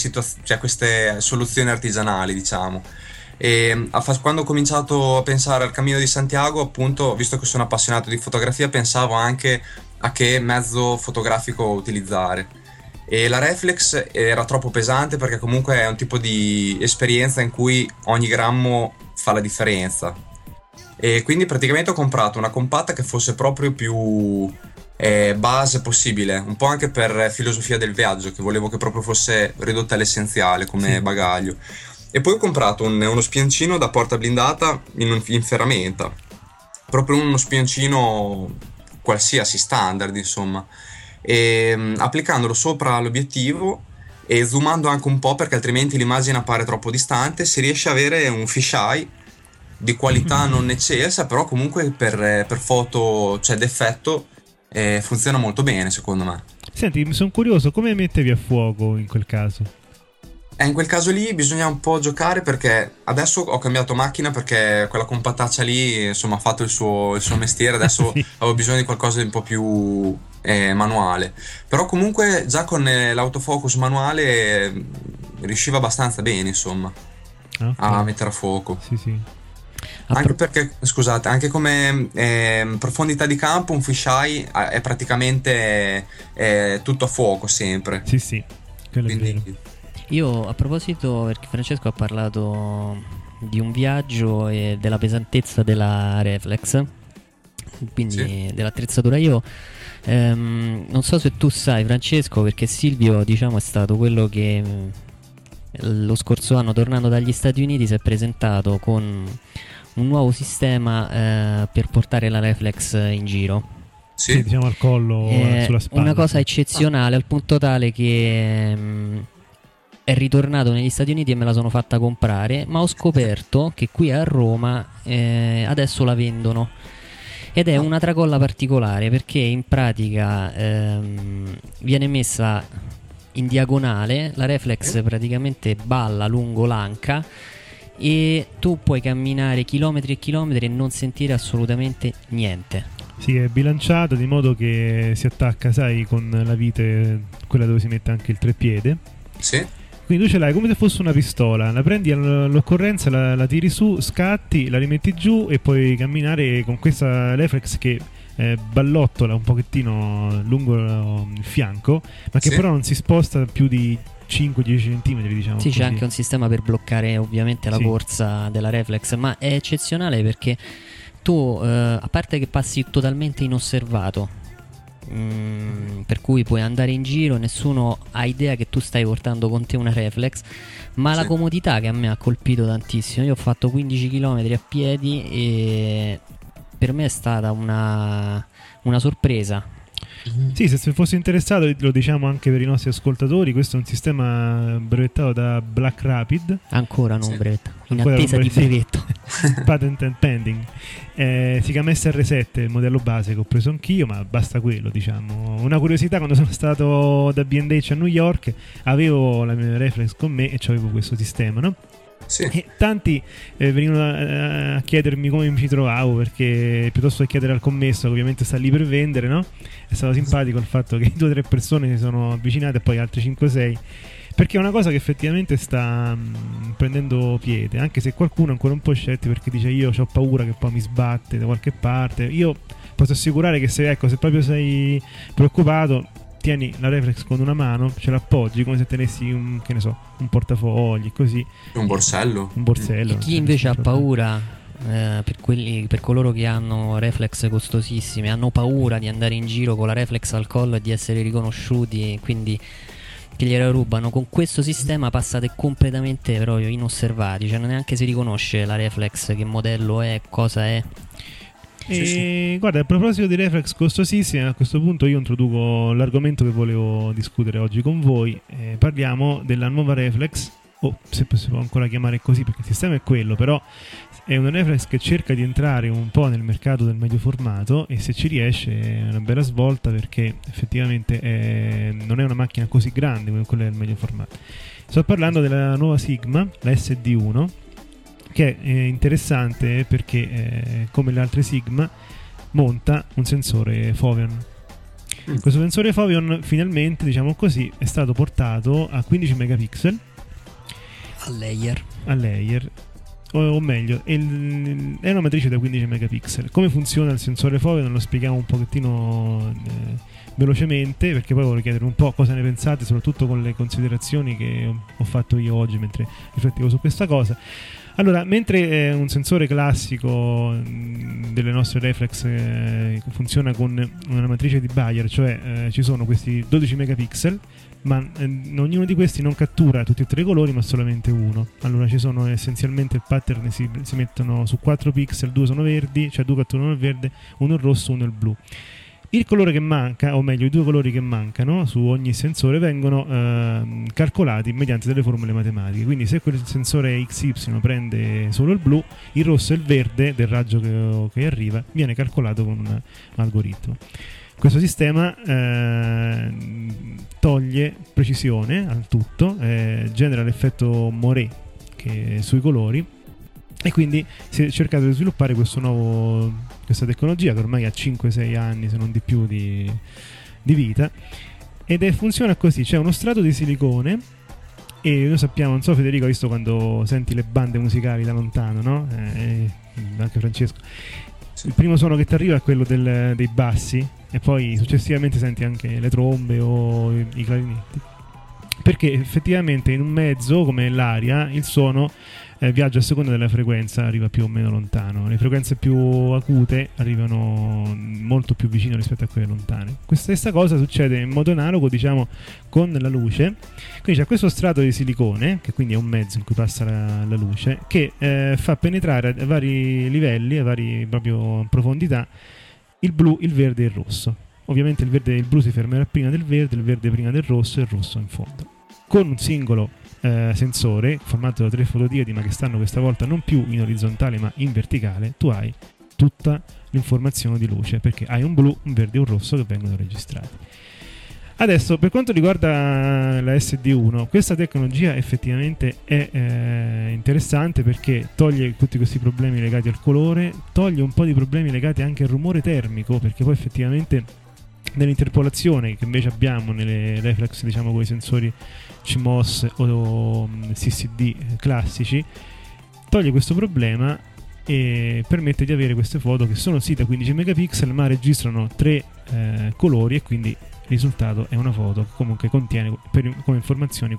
soluzioni artigianali, diciamo. E quando ho cominciato a pensare al Cammino di Santiago, appunto, visto che sono appassionato di fotografia, pensavo anche a che mezzo fotografico utilizzare. E la reflex era troppo pesante perché comunque è un tipo di esperienza in cui ogni grammo fa la differenza. E quindi praticamente ho comprato una compatta che fosse proprio più base possibile, un po' anche per filosofia del viaggio, che volevo che proprio fosse ridotta all'essenziale come bagaglio. E poi ho comprato uno spioncino da porta blindata in ferramenta, proprio uno spioncino qualsiasi, standard insomma, e applicandolo sopra l'obiettivo e zoomando anche un po', perché altrimenti l'immagine appare troppo distante, si riesce a avere un fisheye di qualità non eccelsa, però comunque per foto, cioè d'effetto, funziona molto bene secondo me. Senti, mi sono curioso, come mettevi a fuoco in quel caso? In quel caso lì bisogna un po' giocare, perché adesso ho cambiato macchina perché quella compattaccia lì insomma ha fatto il suo mestiere, adesso sì. Avevo bisogno di qualcosa di un po' più manuale, però comunque già con l'autofocus manuale riusciva abbastanza bene insomma a mettere a fuoco. Sì. Anche perché, scusate, anche come profondità di campo un fisheye è praticamente tutto a fuoco sempre. Sì, quello è vero. Io a proposito, perché Francesco ha parlato di un viaggio e della pesantezza della reflex, quindi dell'attrezzatura, io non so se tu sai, Francesco, perché Silvio diciamo è stato quello che lo scorso anno, tornando dagli Stati Uniti, si è presentato con un nuovo sistema per portare la reflex in giro. Sì, diciamo al collo, sulla spalla. Una cosa eccezionale, al punto tale che è ritornato negli Stati Uniti e me la sono fatta comprare, ma ho scoperto che qui a Roma adesso la vendono, ed è una tracolla particolare, perché in pratica viene messa in diagonale, la reflex praticamente balla lungo l'anca e tu puoi camminare chilometri e chilometri e non sentire assolutamente niente. Sì, è bilanciata di modo che si attacca, sai, con la vite, quella dove si mette anche il treppiede. Sì. Quindi tu ce l'hai come se fosse una pistola, la prendi all'occorrenza, la tiri su, scatti, la rimetti giù e puoi camminare con questa reflex che ballottola un pochettino lungo il fianco, ma che però non si sposta più di 5-10 cm, diciamo. Sì, così. C'è anche un sistema per bloccare ovviamente la corsa della reflex, ma è eccezionale perché tu, a parte che passi totalmente inosservato, per cui puoi andare in giro, nessuno ha idea che tu stai portando con te una reflex, ma la comodità che a me ha colpito tantissimo. Io ho fatto 15 km a piedi e per me è stata una sorpresa. Sì, se fossi interessato, lo diciamo anche per i nostri ascoltatori, questo è un sistema brevettato da Black Rapid. Ancora non brevettato, in attesa di brevetto. Patent and pending. Si chiama SR7, il modello base che ho preso anch'io, ma basta quello, diciamo. Una curiosità: quando sono stato da B&H a New York avevo la mia reflex con me e avevo questo sistema, no? Sì. E tanti venivano a chiedermi come mi ci trovavo, perché piuttosto che chiedere al commesso, che ovviamente sta lì per vendere, no? È stato simpatico il fatto che 2 o 3 persone si sono avvicinate e poi altre 5-6, perché è una cosa che effettivamente sta prendendo piede, anche se qualcuno è ancora un po' scettico perché dice io ho paura che poi mi sbatte da qualche parte. Io posso assicurare che se proprio sei preoccupato, tieni la reflex con una mano, ce l'appoggi come se tenessi un portafogli, così. Un borsello. E chi invece ha paura, per coloro che hanno reflex costosissime, hanno paura di andare in giro con la reflex al collo e di essere riconosciuti, quindi che gliela rubano, con questo sistema passate completamente proprio inosservati, cioè neanche si riconosce la reflex, che modello è, cosa è. Sì. Guarda, a proposito di reflex costosissime, a questo punto io introduco l'argomento che volevo discutere oggi con voi. Parliamo della nuova reflex, o se si può ancora chiamare così perché il sistema è quello, però è una reflex che cerca di entrare un po' nel mercato del medio formato, e se ci riesce è una bella svolta, perché effettivamente non è una macchina così grande come quella del medio formato. Sto parlando della nuova Sigma, la SD1, che è interessante perché come le altre Sigma monta un sensore Foveon. Questo sensore Foveon finalmente, diciamo così, è stato portato a 15 megapixel a layer. O meglio, è una matrice da 15 megapixel. Come funziona il sensore Foveon lo spieghiamo un pochettino velocemente, perché poi voglio chiedere un po' cosa ne pensate, soprattutto con le considerazioni che ho fatto io oggi mentre riflettevo su questa cosa. Allora, mentre un sensore classico delle nostre reflex funziona con una matrice di Bayer, cioè ci sono questi 12 megapixel, ma ognuno di questi non cattura tutti e tre i colori, ma solamente uno. Allora ci sono essenzialmente il pattern, si mettono su 4 pixel, 2 sono verdi, cioè 2 catturano il verde, uno il rosso, uno il blu. Il colore che manca, o meglio i due colori che mancano su ogni sensore, vengono calcolati mediante delle formule matematiche. Quindi se quel sensore XY prende solo il blu, il rosso e il verde del raggio che arriva viene calcolato con un algoritmo. Questo sistema toglie precisione al tutto, genera l'effetto Moret sui colori, e quindi si è cercato di sviluppare questa tecnologia che ormai ha 5-6 anni, se non di più, di vita, ed funziona così: c'è uno strato di silicone, e noi sappiamo, non so Federico, hai visto quando senti le bande musicali da lontano, no? Anche Francesco, il primo suono che ti arriva è quello dei bassi, e poi successivamente senti anche le trombe o i clarinetti, perché effettivamente in un mezzo come l'aria il suono viaggia a seconda della frequenza, arriva più o meno lontano. Le frequenze più acute arrivano molto più vicino rispetto a quelle lontane. Questa stessa cosa succede in modo analogo, diciamo, con la luce. Quindi c'è questo strato di silicone, che quindi è un mezzo in cui passa la luce, che fa penetrare a vari livelli, a vari proprio profondità, il blu, il verde e il rosso. Ovviamente il verde e il blu si fermerà prima del verde, il verde prima del rosso e il rosso in fondo. Con un singolo sensore formato da 3 fotodiadi, ma che stanno questa volta non più in orizzontale ma in verticale, tu hai tutta l'informazione di luce, perché hai un blu, un verde e un rosso che vengono registrati. Adesso, per quanto riguarda la SD1, questa tecnologia effettivamente è interessante, perché toglie tutti questi problemi legati al colore, toglie un po' di problemi legati anche al rumore termico, perché poi effettivamente nell'interpolazione che invece abbiamo nelle reflex, diciamo, con i sensori CMOS o CCD classici, toglie questo problema e permette di avere queste foto che sono sì da 15 megapixel, ma registrano 3 colori, e quindi il risultato è una foto che comunque contiene come informazioni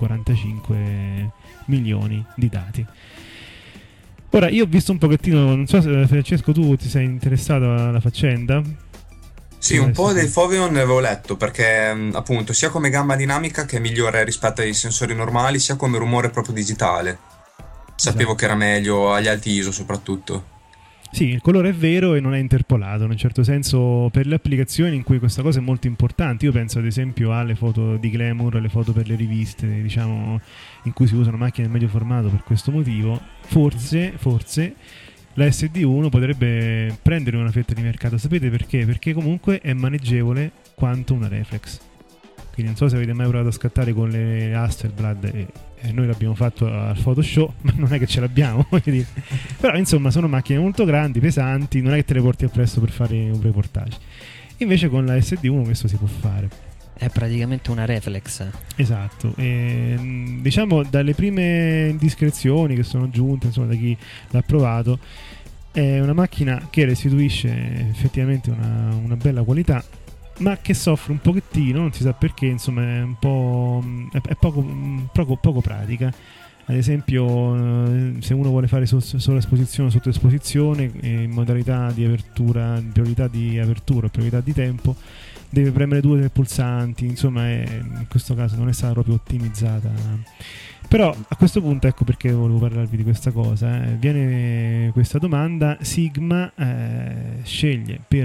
45 milioni di dati. Ora, io ho visto un pochettino, non so se Francesco tu ti sei interessato alla faccenda. Sì, un po' del Foveon avevo letto, perché appunto sia come gamma dinamica, che è migliore rispetto ai sensori normali, sia come rumore proprio digitale. Sapevo che era meglio agli alti ISO soprattutto. Sì, il colore è vero e non è interpolato, in un certo senso, per le applicazioni in cui questa cosa è molto importante. Io penso ad esempio alle foto di glamour, alle foto per le riviste, diciamo, in cui si usano macchine in medio formato per questo motivo. Forse la SD1 potrebbe prendere una fetta di mercato. Sapete perché? Perché comunque è maneggevole quanto una reflex. Quindi non so se avete mai provato a scattare con le Hasselblad, e noi l'abbiamo fatto al Photoshop, ma non è che ce l'abbiamo, voglio dire. Però insomma sono macchine molto grandi, pesanti, non è che te le porti appresso per fare un reportage. Invece con la SD1 questo si può fare. È praticamente una reflex. Esatto. E, diciamo, dalle prime indiscrezioni che sono giunte, insomma, da chi l'ha provato, è una macchina che restituisce effettivamente una bella qualità, ma che soffre un pochettino, non si sa perché, insomma è un po' è poco pratica. Ad esempio, se uno vuole fare solo esposizione o sottoesposizione in modalità di apertura, priorità di apertura, priorità di tempo, deve premere 2 o 3 pulsanti, insomma in questo caso non è stata proprio ottimizzata. Però a questo punto, ecco perché volevo parlarvi di questa cosa, viene questa domanda. Sigma sceglie per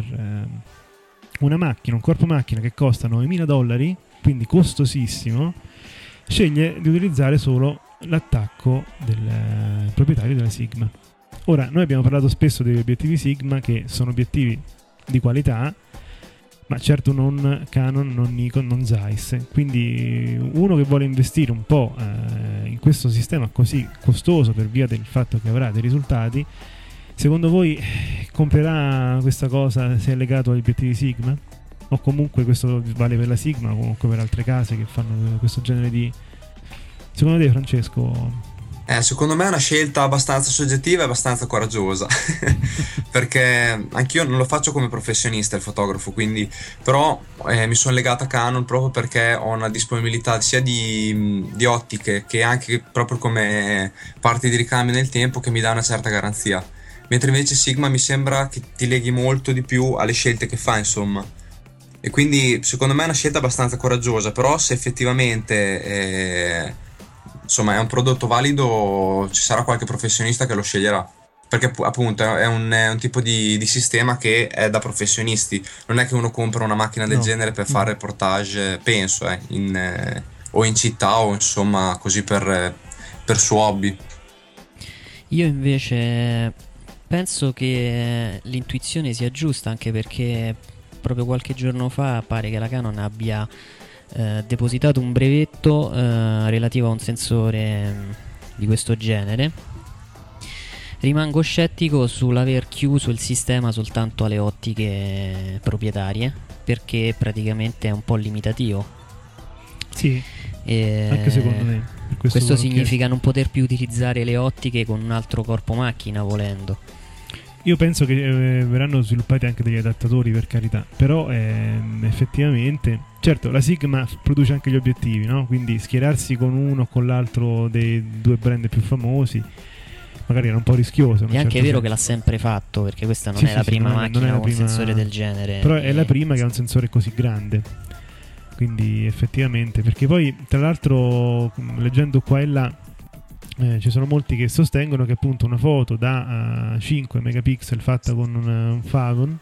una macchina, un corpo macchina che costa $9.000, quindi costosissimo, sceglie di utilizzare solo l'attacco del proprietario della Sigma. Ora, noi abbiamo parlato spesso degli obiettivi Sigma, che sono obiettivi di qualità, ma certo non Canon, non Nikon, non Zeiss. Quindi uno che vuole investire un po' in questo sistema così costoso per via del fatto che avrà dei risultati, secondo voi comprerà questa cosa se è legato agli obiettivi Sigma? O comunque questo vale per la Sigma o comunque per altre case che fanno questo genere di... Secondo te, Francesco? Secondo me è una scelta abbastanza soggettiva e abbastanza coraggiosa perché anch'io non lo faccio come professionista il fotografo, quindi però mi sono legato a Canon proprio perché ho una disponibilità sia di ottiche che anche proprio come parti di ricambio nel tempo che mi dà una certa garanzia, mentre invece Sigma mi sembra che ti leghi molto di più alle scelte che fa, insomma, e quindi secondo me è una scelta abbastanza coraggiosa, però se effettivamente insomma è un prodotto valido ci sarà qualche professionista che lo sceglierà, perché appunto è un tipo di sistema che è da professionisti, non è che uno compra una macchina del genere per fare reportage, penso o in città o insomma così per suo hobby. Io invece penso che l'intuizione sia giusta, anche perché proprio qualche giorno fa pare che la Canon abbia depositato un brevetto relativo a un sensore di questo genere. Rimango scettico sull'aver chiuso il sistema soltanto alle ottiche proprietarie, perché praticamente è un po' limitativo. Sì, anche secondo me. Questo significa non poter più utilizzare le ottiche con un altro corpo macchina volendo. Io penso che verranno sviluppati anche degli adattatori, per carità, però effettivamente, certo, la Sigma produce anche gli obiettivi, no? Quindi schierarsi con uno o con l'altro dei due brand più famosi magari era un po' rischioso. È anche vero che l'ha sempre fatto, perché questa non è la prima macchina con un sensore del genere. Però è la prima che ha un sensore così grande. Quindi effettivamente, perché poi tra l'altro leggendo qua e là ci sono molti che sostengono che appunto una foto da 5 megapixel fatta con un Fagon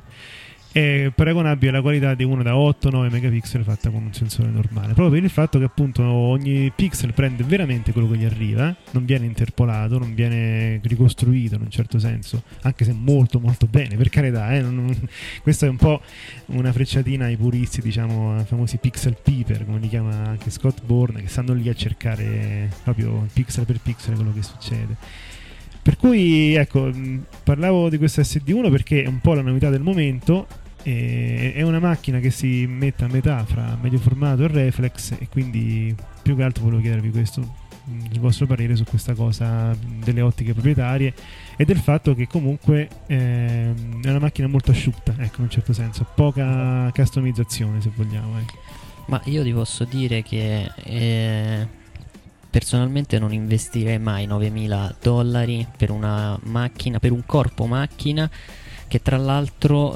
è paragonabile alla qualità di una da 8-9 megapixel fatta con un sensore normale, proprio per il fatto che appunto ogni pixel prende veramente quello che gli arriva, non viene interpolato, non viene ricostruito in un certo senso, anche se molto molto bene, per carità, questo è un po' una frecciatina ai puristi, diciamo, ai famosi pixel peeper, come li chiama anche Scott Bourne, che stanno lì a cercare proprio pixel per pixel quello che succede. Per cui ecco, parlavo di questo SD1 perché è un po' la novità del momento. È una macchina che si mette a metà fra medio formato e reflex, e quindi più che altro volevo chiedervi questo, il vostro parere su questa cosa delle ottiche proprietarie e del fatto che comunque è una macchina molto asciutta, ecco, in un certo senso, poca customizzazione, se vogliamo. Ma io ti posso dire che personalmente non investirei mai $9.000 per una macchina, per un corpo macchina che tra l'altro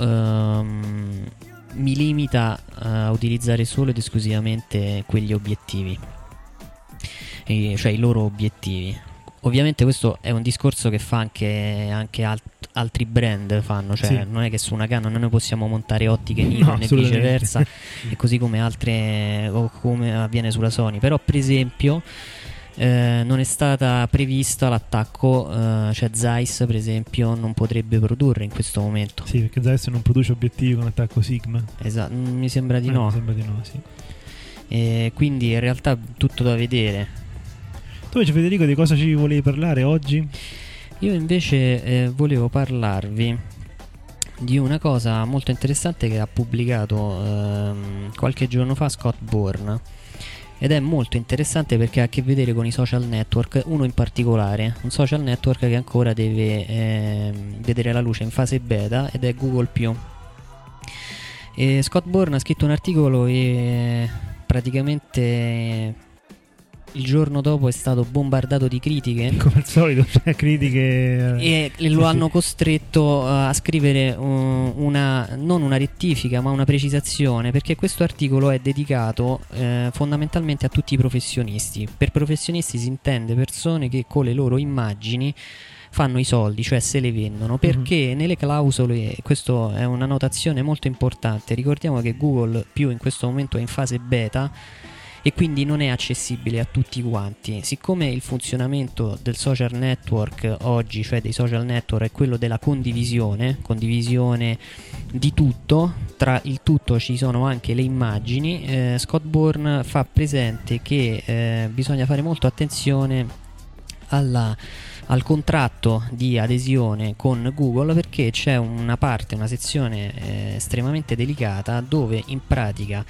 mi limita a utilizzare solo ed esclusivamente quegli obiettivi, cioè i loro obiettivi. Ovviamente questo è un discorso che fa anche altri brand fanno, cioè sì. Non è che su una Canon noi possiamo montare ottiche Nikon e viceversa e così come altre, o come avviene sulla Sony, però per esempio non è stata prevista l'attacco, cioè Zeiss per esempio non potrebbe produrre in questo momento. Sì, perché Zeiss non produce obiettivi con attacco Sigma. Esatto, mi sembra di no. Mi sembra di no, sì. Quindi in realtà tutto da vedere. Tu invece, Federico, di cosa ci volevi parlare oggi? Io invece volevo parlarvi di una cosa molto interessante che ha pubblicato qualche giorno fa Scott Bourne. Ed è molto interessante perché ha a che vedere con i social network, uno in particolare, un social network che ancora deve vedere la luce in fase beta, ed è Google+. E Scott Bourne ha scritto un articolo e praticamente il giorno dopo è stato bombardato di critiche, come al solito, cioè critiche, e lo hanno costretto a scrivere non una rettifica ma una precisazione, perché questo articolo è dedicato fondamentalmente a tutti i professionisti. Per professionisti si intende persone che con le loro immagini fanno i soldi, cioè se le vendono, perché nelle clausole, questo è una notazione molto importante, ricordiamo che Google+ in questo momento è in fase beta e quindi non è accessibile a tutti quanti. Siccome il funzionamento del social network oggi, cioè dei social network, è quello della condivisione di tutto, tra il tutto ci sono anche le immagini, Scott Bourne fa presente che bisogna fare molto attenzione alla al contratto di adesione con Google, perché c'è una sezione estremamente delicata dove in pratica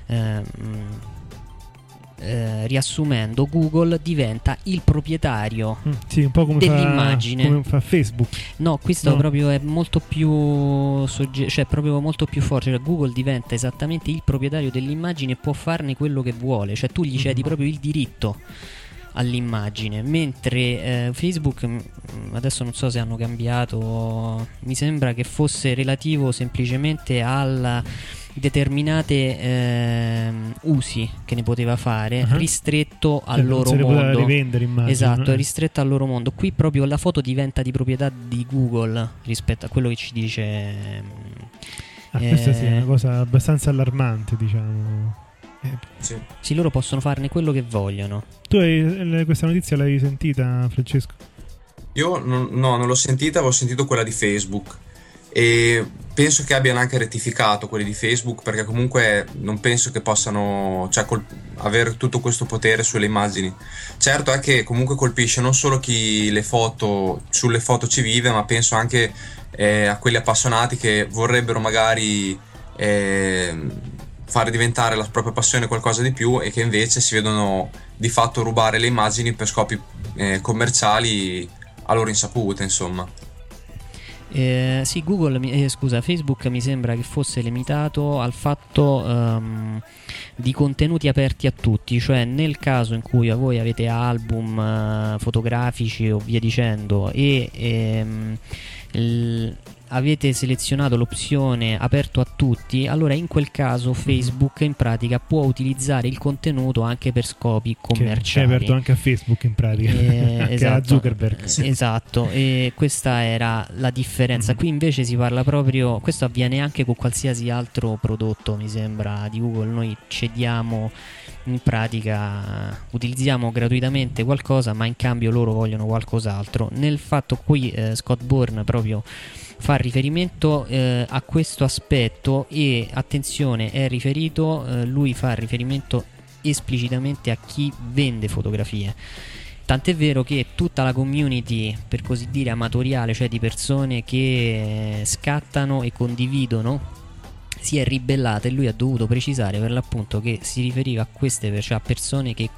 riassumendo, Google diventa il proprietario un po' come dell'immagine. Come fa Facebook. No, questo proprio è molto più cioè proprio molto più forte. Cioè, Google diventa esattamente il proprietario dell'immagine e può farne quello che vuole. Cioè tu gli cedi proprio il diritto all'immagine, mentre Facebook adesso non so se hanno cambiato, mi sembra che fosse relativo semplicemente al determinate usi che ne poteva fare, ristretto al loro mondo. Rivendere, immagino, esatto, ristretto al loro mondo. Qui proprio la foto diventa di proprietà di Google rispetto a quello che ci dice. Questa sì, è una cosa abbastanza allarmante, diciamo. Sì, loro possono farne quello che vogliono. Tu questa notizia l'hai sentita, Francesco? Io non l'ho sentita, avevo sentito quella di Facebook e penso che abbiano anche rettificato quelli di Facebook, perché comunque non penso che possano avere tutto questo potere sulle immagini. Certo è che comunque colpisce non solo chi sulle foto ci vive, ma penso anche a quelli appassionati che vorrebbero magari fare diventare la propria passione qualcosa di più e che invece si vedono di fatto rubare le immagini per scopi commerciali a loro insaputa, insomma. Sì, Facebook mi sembra che fosse limitato al fatto di contenuti aperti a tutti, cioè nel caso in cui voi avete album fotografici o via dicendo e avete selezionato l'opzione aperto a tutti, allora in quel caso Facebook in pratica può utilizzare il contenuto anche per scopi commerciali. È aperto anche a Facebook in pratica, esatto, a Zuckerberg. Esatto, e questa era la differenza. Qui invece si parla proprio, questo avviene anche con qualsiasi altro prodotto, mi sembra, di Google. Noi cediamo, in pratica utilizziamo gratuitamente qualcosa, ma in cambio loro vogliono qualcos'altro. Nel fatto qui Scott Bourne proprio fa riferimento a questo aspetto, e attenzione, lui fa riferimento esplicitamente a chi vende fotografie. Tant'è vero che tutta la community, per così dire, amatoriale, cioè di persone che scattano e condividono, si è ribellata, e lui ha dovuto precisare per l'appunto che si riferiva a queste, cioè a persone che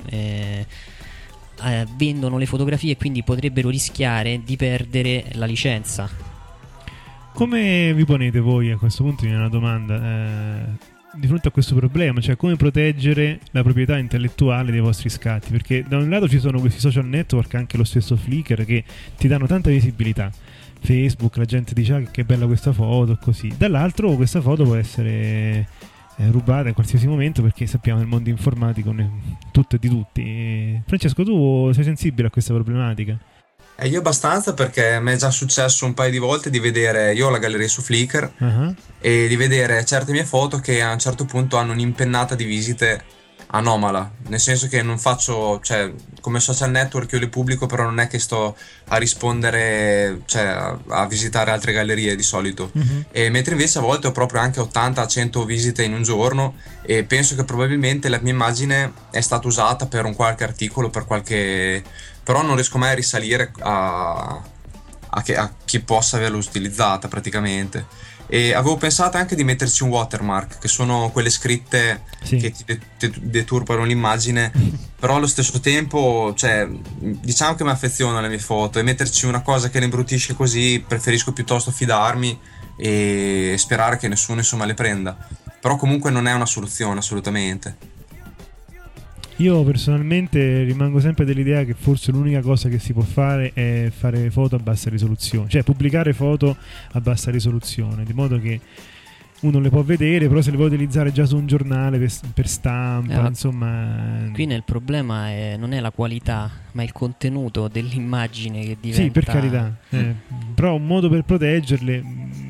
vendono le fotografie e quindi potrebbero rischiare di perdere la licenza. Come vi ponete voi a questo punto? Viene una domanda di fronte a questo problema, cioè come proteggere la proprietà intellettuale dei vostri scatti, perché da un lato ci sono questi social network, anche lo stesso Flickr, che ti danno tanta visibilità. Facebook, la gente dice che bella questa foto, così. Dall'altro questa foto può essere rubata in qualsiasi momento, perché sappiamo nel mondo informatico tutto è di tutti. Francesco, tu sei sensibile a questa problematica? Io abbastanza, perché mi è già successo un paio di volte di vedere, io ho la galleria su Flickr, e di vedere certe mie foto che a un certo punto hanno un'impennata di visite anomala, nel senso che non faccio, cioè come social network io le pubblico, però non è che sto a rispondere, cioè a visitare altre gallerie di solito, e mentre invece a volte ho proprio anche 80-100 visite in un giorno, e penso che probabilmente la mia immagine è stata usata per un qualche articolo, però non riesco mai a risalire a chi possa averla utilizzata praticamente. E avevo pensato anche di metterci un watermark, che sono quelle scritte che ti deturpano l'immagine, però allo stesso tempo, cioè, diciamo che mi affeziono alle mie foto, e metterci una cosa che le imbrutisce così, preferisco piuttosto fidarmi e sperare che nessuno insomma le prenda. Però comunque non è una soluzione assolutamente. Io personalmente rimango sempre dell'idea che forse l'unica cosa che si può fare è fare foto a bassa risoluzione, cioè pubblicare foto a bassa risoluzione, di modo che uno le può vedere, però se le vuoi utilizzare già su un giornale per stampa, insomma. Qui nel problema non è la qualità, ma il contenuto dell'immagine che diventa. Sì, per carità, però un modo per proteggerle.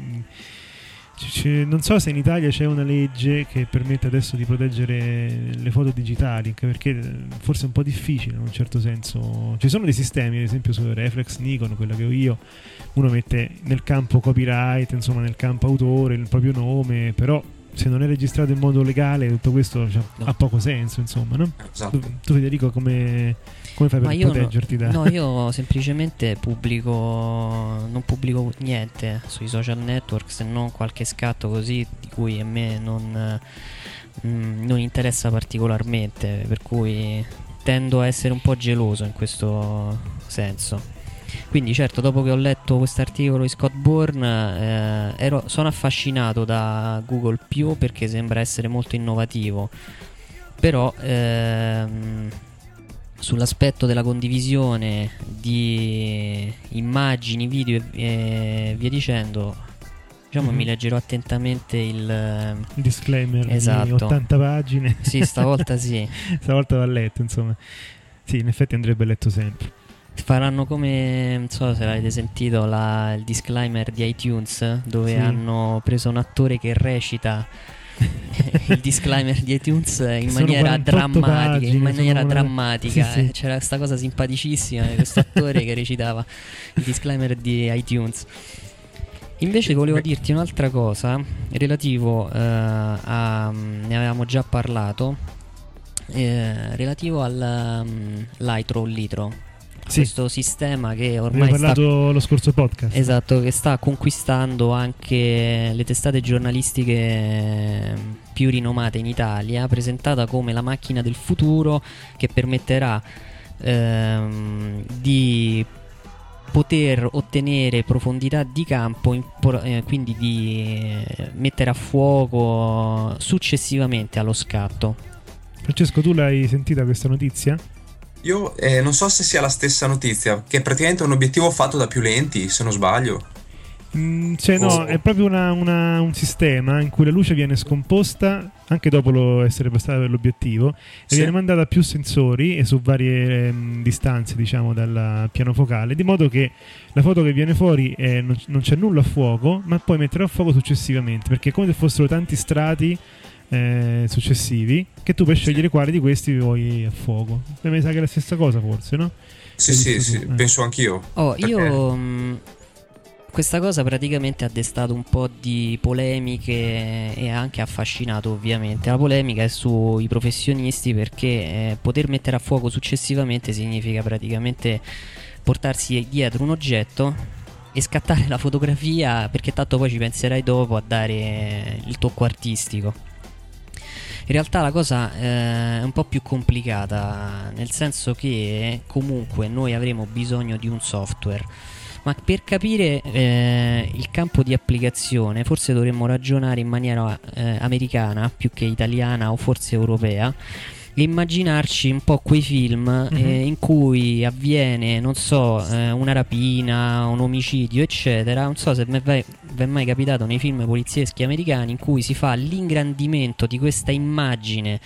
Non so se in Italia c'è una legge che permette adesso di proteggere le foto digitali, anche perché forse è un po' difficile in un certo senso. Ci sono dei sistemi, ad esempio su Reflex Nikon, quella che ho io, uno mette nel campo copyright, insomma nel campo autore, il proprio nome, però se non è registrato in modo legale, tutto questo ha poco senso, insomma, no? Esatto. Tu Federico come fai per proteggerti da... No, io semplicemente non pubblico niente sui social network, se non qualche scatto così di cui a me non interessa particolarmente, per cui tendo a essere un po' geloso in questo senso. Quindi certo, dopo che ho letto quest'articolo di Scott Bourne sono affascinato da Google Più, perché sembra essere molto innovativo, però sull'aspetto della condivisione di immagini, video e via dicendo, diciamo, mi leggerò attentamente il disclaimer, esatto, di 80 pagine. Sì, stavolta sì. Stavolta va letto, insomma. Sì, in effetti andrebbe letto sempre. Faranno come, non so se l'avete sentito, il disclaimer di iTunes, dove hanno preso un attore che recita il disclaimer di iTunes in maniera drammatica. Sì. C'era questa cosa simpaticissima di questo attore che recitava il disclaimer di iTunes. Invece volevo dirti un'altra cosa relativo ne avevamo già parlato, relativo al Litro. Questo sistema che ormai abbiamo parlato lo scorso podcast. Esatto, che sta conquistando anche le testate giornalistiche più rinomate in Italia, presentata come la macchina del futuro, che permetterà di poter ottenere profondità di campo, quindi di mettere a fuoco successivamente allo scatto. Francesco, tu l'hai sentita questa notizia? Io non so se sia la stessa notizia, che è praticamente un obiettivo fatto da più lenti, se non sbaglio. No, è proprio un sistema in cui la luce viene scomposta anche dopo essere passata per l'obiettivo, e viene mandata a più sensori e su varie distanze, diciamo, dal piano focale, di modo che la foto che viene fuori non c'è nulla a fuoco, ma poi metterà a fuoco successivamente, perché è come se fossero tanti strati successivi, che tu puoi scegliere quale di questi vuoi a fuoco. Mi sa che è la stessa cosa, forse, no? Sì, penso anch'io. Questa cosa praticamente ha destato un po' di polemiche e ha anche affascinato, ovviamente. La polemica è sui professionisti, perché poter mettere a fuoco successivamente significa praticamente portarsi dietro un oggetto e scattare la fotografia, perché tanto poi ci penserai dopo a dare il tocco artistico. In realtà la cosa è un po' più complicata, nel senso che comunque noi avremo bisogno di un software, ma per capire il campo di applicazione forse dovremmo ragionare in maniera americana più che italiana, o forse europea, e immaginarci un po' quei film in cui avviene, non so, una rapina, un omicidio, eccetera. Non so se vi è mai capitato nei film polizieschi americani, in cui si fa l'ingrandimento di questa immagine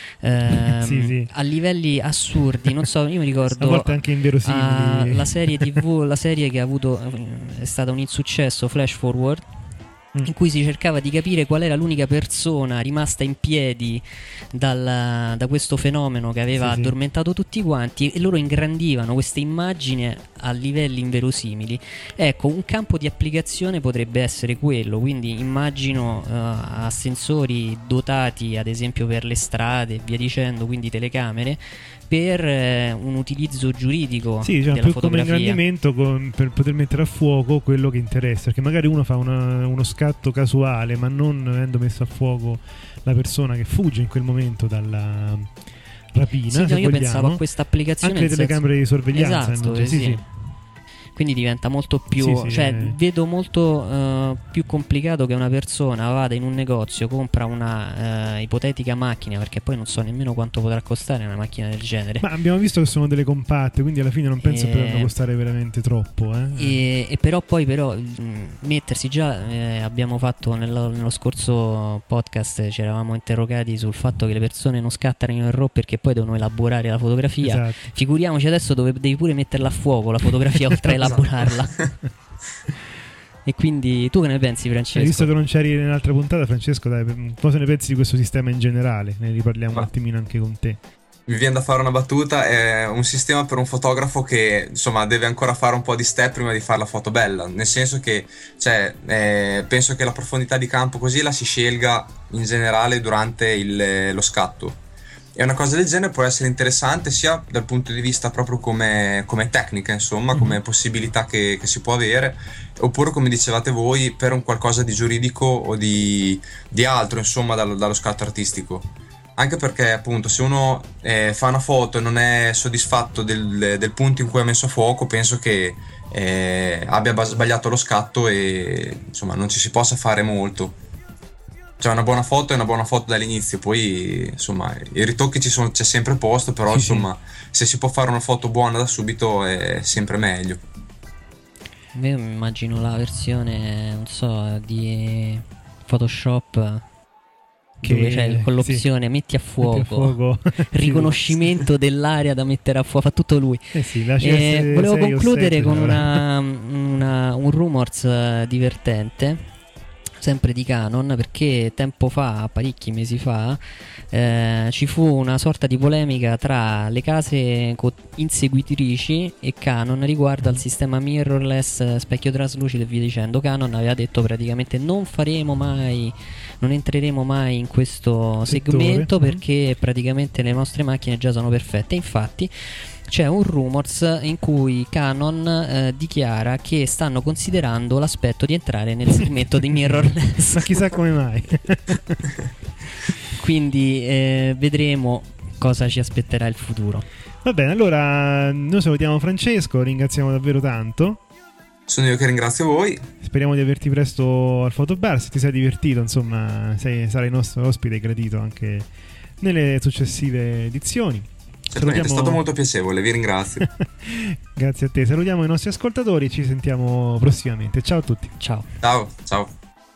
a livelli assurdi. Non so, io mi ricordo a volte anche inverosimili, la serie TV, la serie che ha avuto, è stata un insuccesso, Flash Forward, in cui si cercava di capire qual era l'unica persona rimasta in piedi da questo fenomeno che aveva addormentato tutti quanti, e loro ingrandivano queste immagini a livelli inverosimili. Ecco, un campo di applicazione potrebbe essere quello, quindi immagino a sensori dotati ad esempio per le strade e via dicendo, quindi telecamere, per un utilizzo giuridico della più fotografia, come ingrandimento per poter mettere a fuoco quello che interessa, perché magari uno fa uno scatto casuale, ma non avendo messo a fuoco la persona che fugge in quel momento dalla rapina. Io pensavo a questa applicazione, anche le telecamere di sorveglianza, esatto, quindi diventa molto più vedo molto più complicato che una persona vada in un negozio, compra una ipotetica macchina, perché poi non so nemmeno quanto potrà costare una macchina del genere, ma abbiamo visto che sono delle compatte, quindi alla fine non penso potranno costare veramente troppo, e però mettersi già abbiamo fatto nello scorso podcast, ci eravamo interrogati sul fatto che le persone non scattano in RAW perché poi devono elaborare la fotografia. Figuriamoci adesso dove devi pure metterla a fuoco la fotografia oltre a elaborarla. E quindi tu che ne pensi, Francesco? Visto che non c'eri nell'altra puntata, Francesco, dai, cosa ne pensi di questo sistema in generale? Ne riparliamo un attimino anche con te. mi viene da fare una battuta, è un sistema per un fotografo che insomma deve ancora fare un po' di step prima di fare la foto bella, nel senso che penso che la profondità di campo così la si scelga in generale durante lo scatto, e una cosa del genere può essere interessante sia dal punto di vista proprio come tecnica, insomma, come possibilità che si può avere, oppure come dicevate voi per un qualcosa di giuridico o di altro, insomma, dallo scatto artistico. Anche perché appunto se uno fa una foto e non è soddisfatto del punto in cui ha messo a fuoco, penso che abbia sbagliato lo scatto e insomma non ci si possa fare molto. Cioè una buona foto è una buona foto dall'inizio, poi insomma i ritocchi c'è sempre posto, però sì, insomma se si può fare una foto buona da subito è sempre meglio. Io mi immagino la versione, non so, di Photoshop dove c'è con l'opzione metti a fuoco, riconoscimento dell'area da mettere a fuoco, fa tutto lui. Volevo concludere con un rumors divertente, sempre di Canon, perché tempo fa, parecchi mesi fa, ci fu una sorta di polemica tra le case inseguitrici e Canon riguardo al sistema mirrorless, specchio traslucido e via dicendo. Canon aveva detto praticamente non entreremo mai in questo segmento perché praticamente le nostre macchine già sono perfette. Infatti c'è un rumors in cui Canon dichiara che stanno considerando l'aspetto di entrare nel segmento di mirrorless. Ma chissà come mai. Quindi vedremo cosa ci aspetterà il futuro. Va bene, allora noi salutiamo Francesco, ringraziamo davvero tanto. Sono io che ringrazio voi. Speriamo di averti presto al Fotobar. Se ti sei divertito, insomma, sarai nostro ospite gradito anche nelle successive edizioni. Certamente, è stato molto piacevole, vi ringrazio. Grazie a te, salutiamo i nostri ascoltatori e ci sentiamo prossimamente. Ciao a tutti. Ciao. Ciao.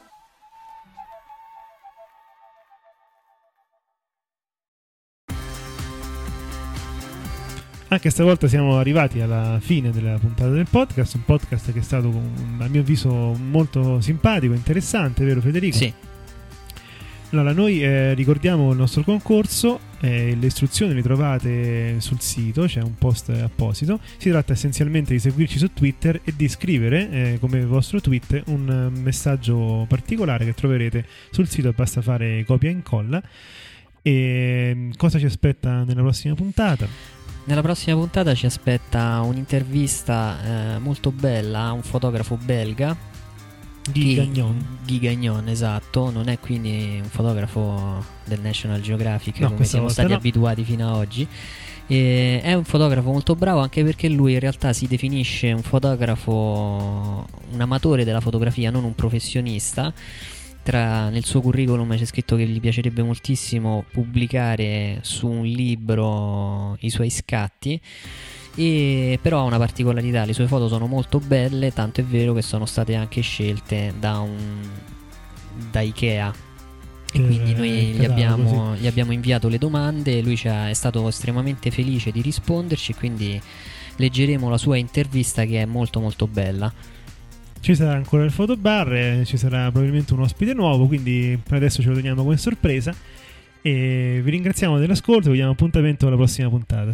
Anche stavolta siamo arrivati alla fine della puntata del podcast, un podcast che è stato a mio avviso molto simpatico, interessante, vero Federico? Sì. Allora, noi ricordiamo il nostro concorso, le istruzioni le trovate sul sito, c'è un post apposito. Si tratta essenzialmente di seguirci su Twitter e di scrivere come vostro tweet un messaggio particolare che troverete sul sito, basta fare copia e incolla. E cosa ci aspetta nella prossima puntata? Nella prossima puntata ci aspetta un'intervista molto bella a un fotografo belga, Guy Gagnon, esatto. Non è quindi un fotografo del National Geographic, no, come siamo stati abituati fino ad oggi. È un fotografo molto bravo, anche perché lui in realtà si definisce un fotografo, un amatore della fotografia, non un professionista. Nel suo curriculum c'è scritto che gli piacerebbe moltissimo pubblicare su un libro i suoi scatti, e però ha una particolarità: le sue foto sono molto belle, tanto è vero che sono state anche scelte da Ikea, e quindi noi gli abbiamo inviato le domande, lui è stato estremamente felice di risponderci, quindi leggeremo la sua intervista, che è molto molto bella. Ci sarà ancora il Fotobar, ci sarà probabilmente un ospite nuovo, quindi per adesso ce lo teniamo come sorpresa e vi ringraziamo dell'ascolto. Vi diamo appuntamento alla prossima puntata.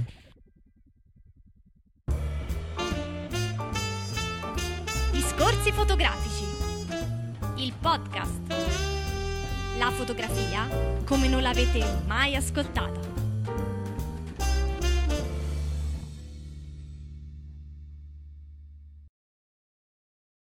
Discorsi fotografici, il podcast. La fotografia come non l'avete mai ascoltata.